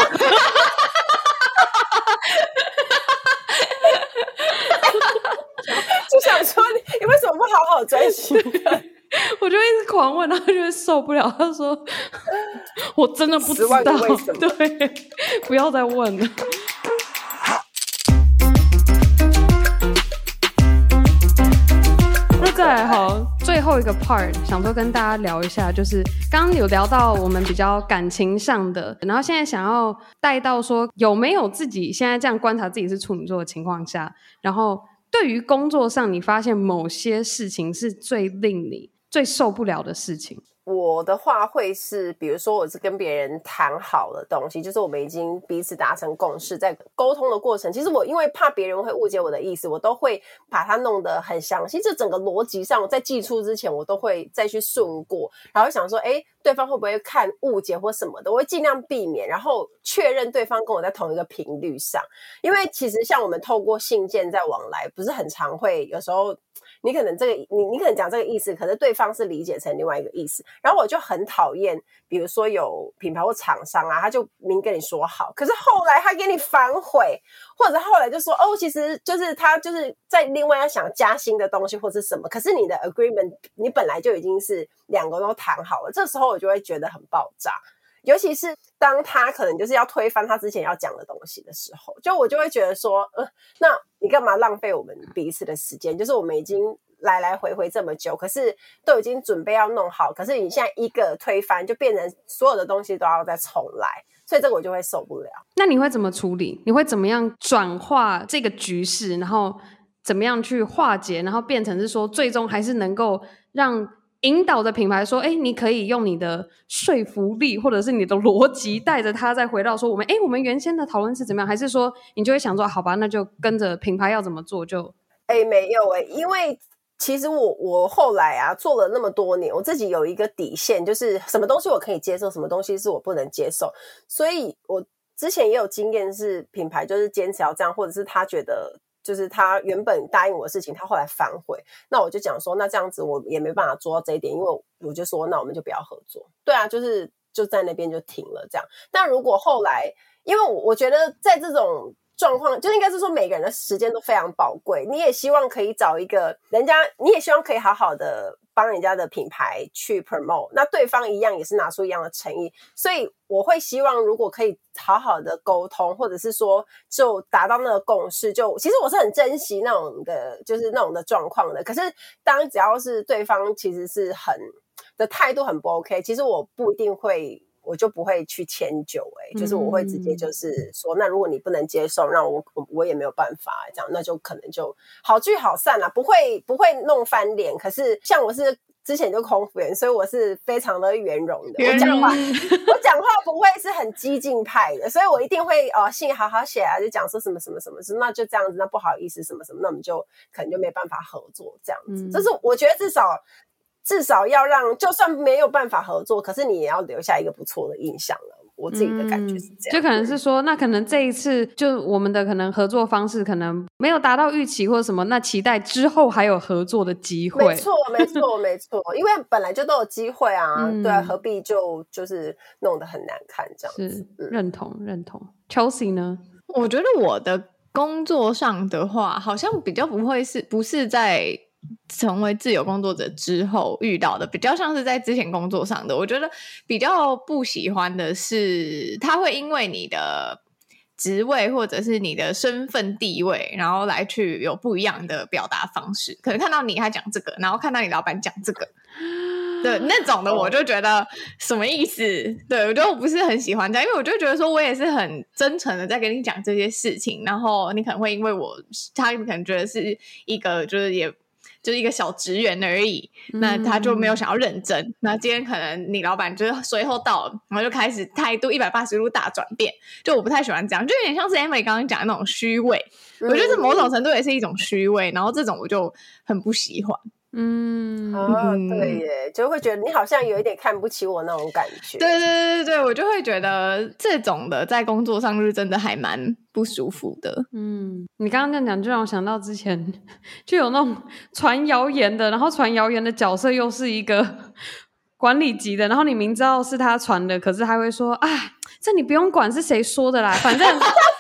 就想说你为什么不好好专心看？ 我就一直狂问，然后就会受不了。他说：“我真的不知道， 为什么？ 对，不要再问了。”那再来最后一个 part， 想说跟大家聊一下，就是刚刚有聊到我们比较感情上的，然后现在想要带到说有没有自己现在这样观察自己是处女座的情况下，然后对于工作上你发现某些事情是最令你最受不了的事情。 我的话会是，比如说我是跟别人谈好的东西，就是我们已经彼此达成共识，在沟通的过程，其实我因为怕别人会误解我的意思，我都会把它弄得很详细，这整个逻辑上在寄出之前我都会再去顺过，然后想说对方会不会看误解或什么的，我会尽量避免，然后确认对方跟我在同一个频率上。因为其实像我们透过信件在往来，不是很常会，有时候你可能你可能讲这个意思，可是对方是理解成另外一个意思，然后我就很讨厌，比如说有品牌或厂商啊，他就明跟你说好，可是后来他给你反悔，或者后来就说其实就是他就是在另外要想加薪的东西或是什么，可是你的 agreement 你本来就已经是两个都谈好了，这时候我就会觉得很爆炸。尤其是当他可能就是要推翻他之前要讲的东西的时候，我就会觉得说那你干嘛浪费我们彼此的时间，就是我们已经来来回回这么久，可是都已经准备要弄好，可是你现在一个推翻，就变成所有的东西都要再重来，所以这个我就会受不了。 那你会怎么处理？你会怎么样转化这个局势，然后怎么样去化解，然后变成是说最终还是能够让引导的品牌说，你可以用你的说服力或者是你的逻辑带着他再回到说我们原先的讨论是怎么样，还是说你就会想说好吧，那就跟着品牌要怎么做就没有因为其实我后来啊做了那么多年，我自己有一个底线，就是什么东西我可以接受，什么东西是我不能接受，所以我之前也有经验是品牌就是坚持要这样，或者是他觉得就是他原本答应我的事情他后来反悔，那我就讲说那这样子我也没办法做到这一点，因为我就说那我们就不要合作。对啊，就在那边就停了这样。但如果后来因为我觉得在这种状况，就应该是说每个人的时间都非常宝贵，你也希望可以找一个人家，你也希望可以好好的帮人家的品牌去 promote， 那对方一样也是拿出一样的诚意，所以我会希望如果可以好好的沟通，或者是说就达到那个共识，就其实我是很珍惜那种的就是那种的状况的。可是当只要是对方其实是很的态度很不 OK， 其实我不一定会，我就不会去迁就就是我会直接就是说那如果你不能接受，那我也没有办法这样，那就可能就好聚好散啦，不会弄翻脸。可是像我是之前就空服员，所以我是非常的圆融的，我讲话不会是很激进派的，所以我一定会信好好写啊，就讲说什么什么什么，那就这样子，那不好意思什么什么，那我们就可能就没办法合作这样子。这是我觉得至少要让，就算没有办法合作，可是你也要留下一个不错的印象了。我自己的感觉是这样， 就可能是说那可能这一次就我们的可能合作方式可能没有达到预期或者什么，那期待之后还有合作的机会。 没错因为本来就都有机会啊，对啊，何必就是弄得很难看这样子。 是认同。Chelsea 呢？ 我觉得我的工作上的话好像比较不是在成为自由工作者之后遇到的，比较像是在之前工作上的。我觉得比较不喜欢的是他会因为你的职位或者是你的身份地位，然后来去有不一样的表达方式，可能看到你还讲这个，然后看到你老板讲这个，对那种的我就觉得什么意思？对，我觉得我不是很喜欢这样，因为我就觉得说我也是很真诚的在跟你讲这些事情，然后你可能会因为他可能觉得是一个就是一个小职员而已，那他就没有想要认真。那今天可能你老板就是随后到了，然后就开始态度180度大转变，就我不太喜欢这样，就有点像是 Emily 刚刚讲的那种虚伪，我觉得这某种程度也是一种虚伪，然后这种我就很不喜欢。 对耶，就会觉得你好像有一点看不起我那种感觉。 对，我就会觉得这种的在工作上是真的还蛮不舒服的。 你刚刚这样讲就让我想到之前就有那种传谣言的，然后传谣言的角色又是一个管理级的，然后你明知道是他传的，可是他会说啊，这你不用管是谁说的啦，反正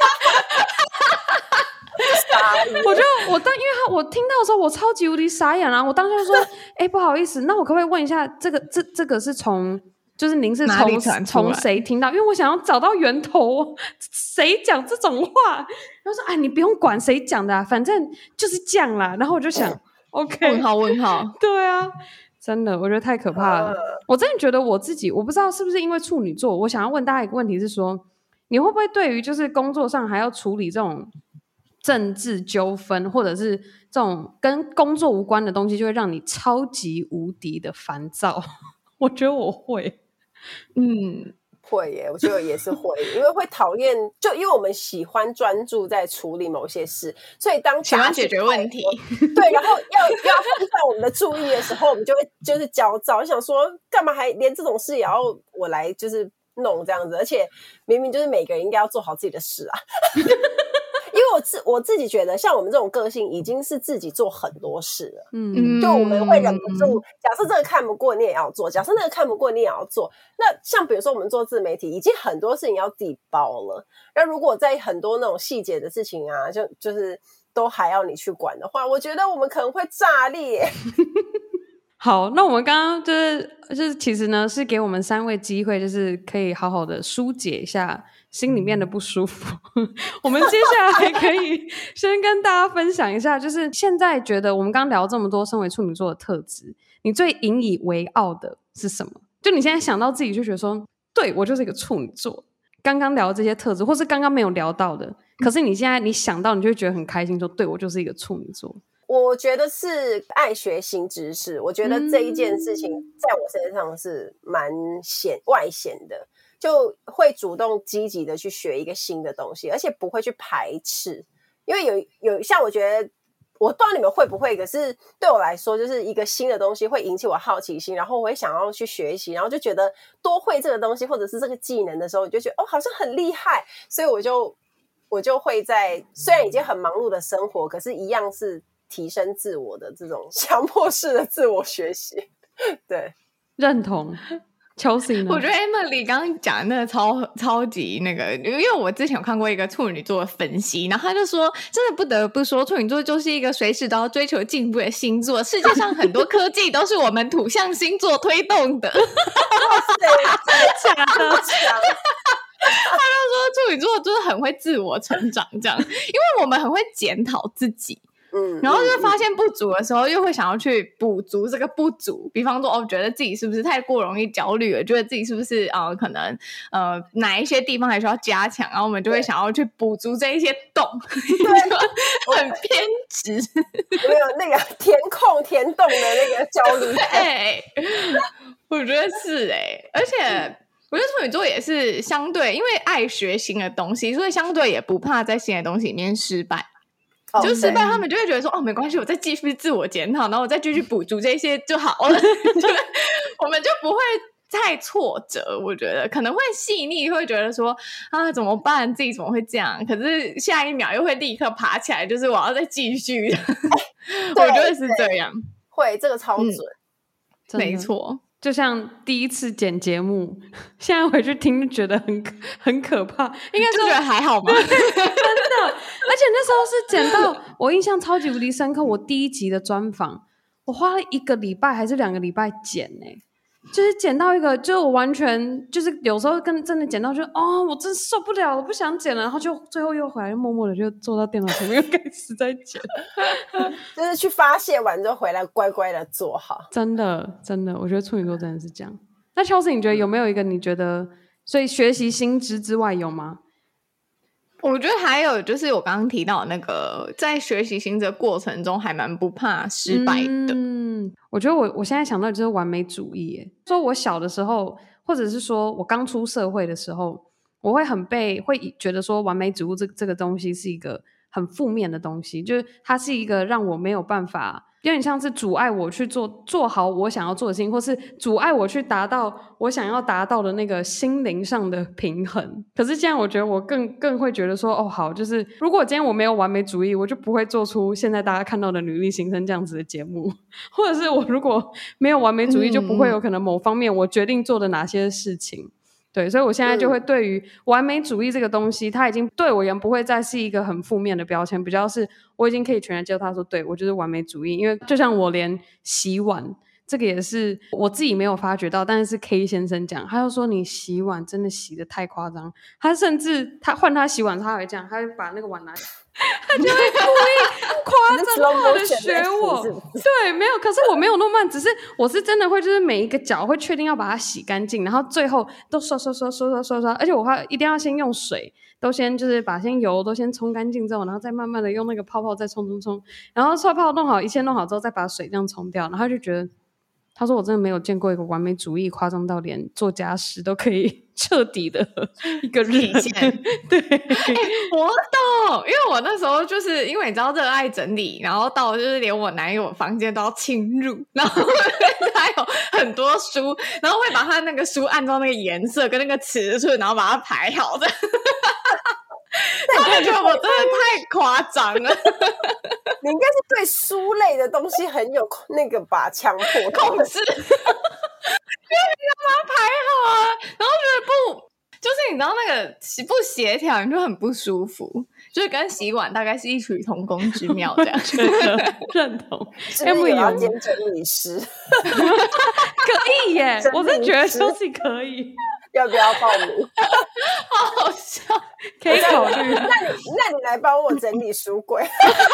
因为我听到的时候我超级无敌傻眼啊，我当时就说不好意思，那我可不可以问一下这个是就是您是从谁听到？因为我想要找到源头，谁讲这种话？然后说你不用管谁讲的啊，反正就是这样啦。然后我就想OK 问号对啊，真的我觉得太可怕了。我真的觉得我自己，我不知道是不是因为处女座，我想要问大家一个问题是说，你会不会对于就是工作上还要处理这种政治纠纷或者是这种跟工作无关的东西，就会让你超级无敌的烦躁？我觉得我会会耶，我觉得也是会，因为会讨厌，就因为我们喜欢专注在处理某些事，所以当喜欢解决问题， 对，然后要分散我们的注意的时候，我们就会就是焦躁，想说干嘛还连这种事也要我来就是弄这样子，而且明明就是每个人应该要做好自己的事啊。因为我自己觉得像我们这种个性已经是自己做很多事了，就我们会忍不住，假设这个看不过你也要做，假设那个看不过你也要做，那像比如说我们做自媒体已经很多事情要自己包了，那如果在很多那种细节的事情啊就是都还要你去管的话，我觉得我们可能会炸裂。 好，那我们刚刚就是其实呢是给我们3位机会，就是可以好好的疏解一下心里面的不舒服。我们接下来可以先跟大家分享一下，就是现在觉得我们刚刚聊这么多身为处女座的特质，你最引以为傲的是什么？就你现在想到自己就觉得说，对，我就是一个处女座。刚刚聊的这些特质，或是刚刚没有聊到的，可是你现在你想到，你就会觉得很开心，说对，我就是一个处女座。 我觉得是爱学新知识，我觉得这一件事情在我身上是蛮外显的，就会主动积极的去学一个新的东西，而且不会去排斥。因为有像我觉得，我不知道你们会不会，可是对我来说，就是一个新的东西会引起我好奇心，然后我会想要去学习，然后就觉得多会这个东西或者是这个技能的时候，我就觉得好像很厉害，所以我就会在虽然已经很忙碌的生活，可是一样是提升自我的这种强迫式的自我学习。对， 认同。Chelsea 呢？ 我觉得 Emily 刚刚讲的那个超级那个，因为我之前有看过一个处女座的分析，然后他就说，真的不得不说，处女座就是一个随时都要追求进步的星座。世界上很多科技都是我们土象星座推动的。 哇塞，真的假的？ 他就说处女座就是很会自我成长这样，因为我们很会检讨自己。然后就发现不足的时候，又会想要去补足这个不足。比方说，觉得自己是不是太过容易焦虑了？觉得自己是不是可能哪一些地方还需要加强？然后我们就会想要去补足这一些洞，就很偏执。 没有那个填洞的那个焦虑。 对，我觉得是而且我觉得处女座也是相对，因为爱学新的东西，所以相对也不怕在新的东西里面失败。就失败他们就会觉得说没关系，我再继续自我检讨，然后我再继续补足这些就好了。我们就不会太挫折。我觉得可能会细腻，会觉得说怎么办，自己怎么会这样，可是下一秒又会立刻爬起来，就是我要再继续。我觉得是这样， 会这个超准。 没错。 就像第一次剪节目，现在回去听觉得很可怕，应该就觉得还好吗？ 真的，而且那时候是剪到我印象超级无敌深刻，我第1集的专访，我花了1个礼拜还是2个礼拜剪就是剪到一个，就我完全就是有时候真的剪到就我真受不了了，不想剪了，然后就最后又回来，默默的就坐到电脑前面又开始在剪， 就是去发泄完之后回来乖乖的做好。 真的，我觉得处女座真的是这样。那 Chelsea 你觉得有没有一个你觉得，所以学习新知之外有吗？ 我觉得还有就是我刚刚提到的那个，在学习新知的过程中还蛮不怕失败的。 我觉得我现在想到就是完美主义说我小的时候，或者是说我刚出社会的时候，我会会觉得说完美主义这个东西是一个很负面的东西，就是它是一个让我没有办法，有点像是阻碍我去做好我想要做的事情，或是阻碍我去达到我想要达到的那个心灵上的平衡。可是现在我觉得我更会觉得说好，就是如果今天我没有完美主义，我就不会做出现在大家看到的女力新生这样子的节目，或者是我如果没有完美主义，就不会有可能某方面我决定做的哪些事情。对，所以我现在就会对于完美主义这个东西，它已经对我而言不会再是一个很负面的标签，比较是我已经可以全然接受它，说对，我就是完美主义。因为就像我连洗碗这个也是我自己没有发觉到，但是 K 先生讲，他就说你洗碗真的洗得太夸张，他甚至他换他洗碗他会这样，他会把那个碗拿他就会故意夸张化的学我。对，没有，可是我没有那么慢，只是我是真的会就是每一个角会确定要把它洗干净，然后最后都刷，而且我一定要先用水都先就是把油都先冲干净之后，然后再慢慢的用那个泡泡再冲，然后泡泡弄好，一切弄好之后再把水这样冲掉，然后他就觉得，他说我真的没有见过一个完美主义夸张到连做家事都可以彻底的一个人。对， 我懂，因为我那时候就是因为你知道热爱整理，然后到就是连我男友房间都要侵入，然后他有很多书，然后会把他那个书按照那个颜色跟那个尺寸，然后把它排好的。他就觉得我真的太夸张了。 你应该是对书类的东西很有那个吧，强迫控制，因为你要把它排好啊，然后觉得不，就是你知道那个不协调，你就很不舒服，就是跟洗碗大概是异曲同工之妙这样。 认同。 是不是也要兼整理师？ 可以耶，我真的觉得休息可以。 要不要报名？ 好好笑， 可以考虑。 那你来帮我整理书柜。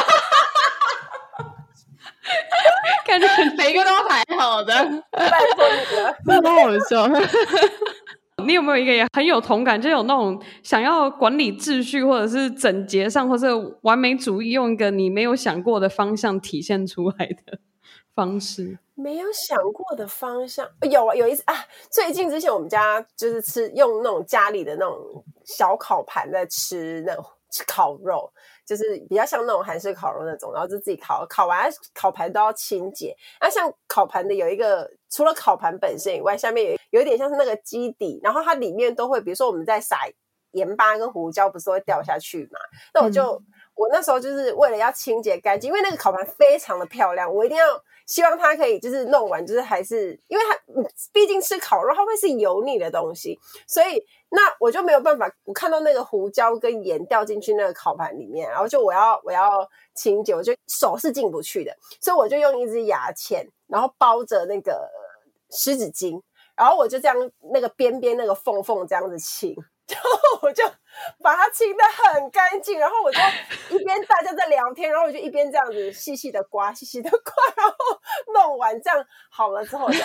感觉每个都排好的， 拜托你了， 好好笑。 你有没有一个也很有同感，就有那种想要管理秩序或者是整洁上或者完美主义，用一个你没有想过的方向体现出来的方式？ 没有想过的方向，有一次啊，最近之前我们家就是用那种家里的那种小烤盘在吃那种烤肉，就是比较像那种韩式烤肉那种，然后就自己烤完烤盘都要清洁。那像烤盘的有一个，除了烤盘本身以外，下面有一点像是那个基底，然后它里面都会，比如说我们在撒盐巴跟胡椒，不是会掉下去嘛？那我那时候就是为了要清洁干净，因为那个烤盘非常的漂亮，我一定要希望它可以就是弄完，就是还是因为它毕竟吃烤肉，它会是油腻的东西，所以那我就没有办法，我看到那个胡椒跟盐掉进去那个烤盘里面，然后就我要清洁，我就手是进不去的，所以我就用一支牙签，然后包着那个湿纸巾，然后我就这样那个边边那个缝这样子清。然后我就把它清得很干净，然后我就一边大家在聊天，然后我就一边这样子细细的刮，然后弄完这样好了之后我就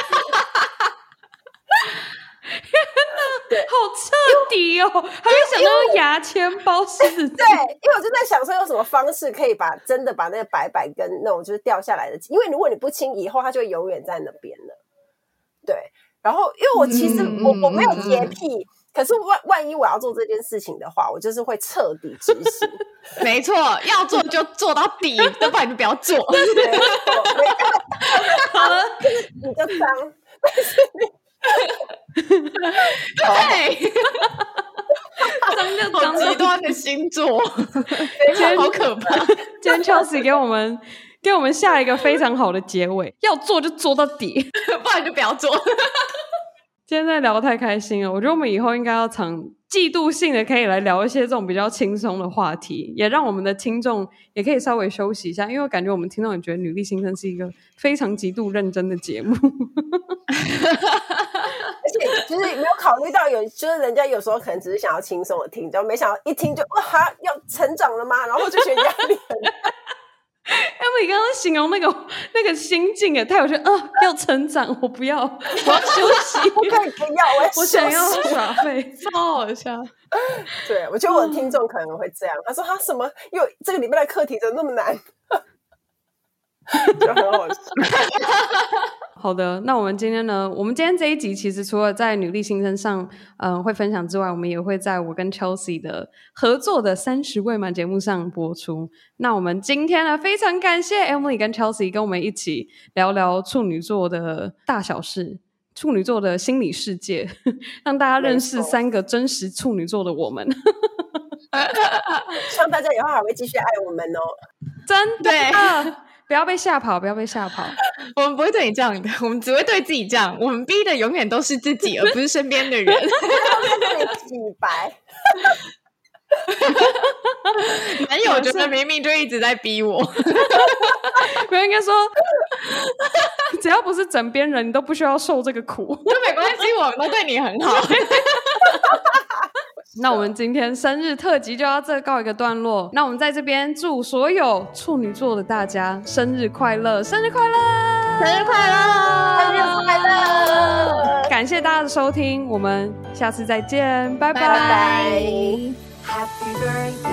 对，好彻底哦！还没想到用牙签包湿纸巾。 对，因为我就在想说有什么方式可以真的把那个白跟那种就是掉下来的，因为如果你不清以后它就会永远在那边了。对，然后因为我其实我没有洁癖。可是万一我要做这件事情的话，我就是会彻底执行。 没错，要做就做到底，要不然就不要做。 没错，好了，你就脏，但是你对，好极端的星座，好可怕。 今天 Chelsea 给我们下一个非常好的结尾，要做就做到底， 不然就不要做。 今天在聊太开心了，我觉得我们以后应该要常季度性的可以来聊一些这种比较轻松的话题，也让我们的听众也可以稍微休息一下，因为我感觉我们听众也觉得女力新生是一个非常极度认真的节目。 而且就是没有考虑到就是人家有时候可能只是想要轻松的听，就没想到一听就哇要成长了吗？然后就觉得压力很大。 Emily 刚刚形容那个心境也太有趣，要成长，我不要，我要休息， 我可以不要， 我想要耍废， 超好笑。 对，我觉得我的听众可能会这样，他说他什么又这个礼拜的课题怎么那么难，就很好笑。 好的，那我们今天这一集其实除了在女力新生上会分享之外，我们也会在我跟 Chelsea 的合作的30未满节目上播出。那我们今天呢，非常感谢 Emily 跟 Chelsea 跟我们一起聊聊处女座的大小事，处女座的心理世界，让大家认识3个真实处女座的我们。 希望大家以后还会继续爱我们哦。 真的不要被吓跑，不要被吓跑。 我们不会对你这样的，我们只会对自己这样。我们逼的永远都是自己，而不是身边的人。 洗白。 男友觉得明明就一直在逼我。 我应该说，只要不是枕边人，你都不需要受这个苦。 就没关系，我们都对你很好。 那我们今天生日特辑就要这告一个段落。那我们在这边祝所有处女座的大家生日快乐，生日快乐， 生日快乐， 生日快乐！ 感谢大家的收听，我们下次再见，拜拜。 Happy birthday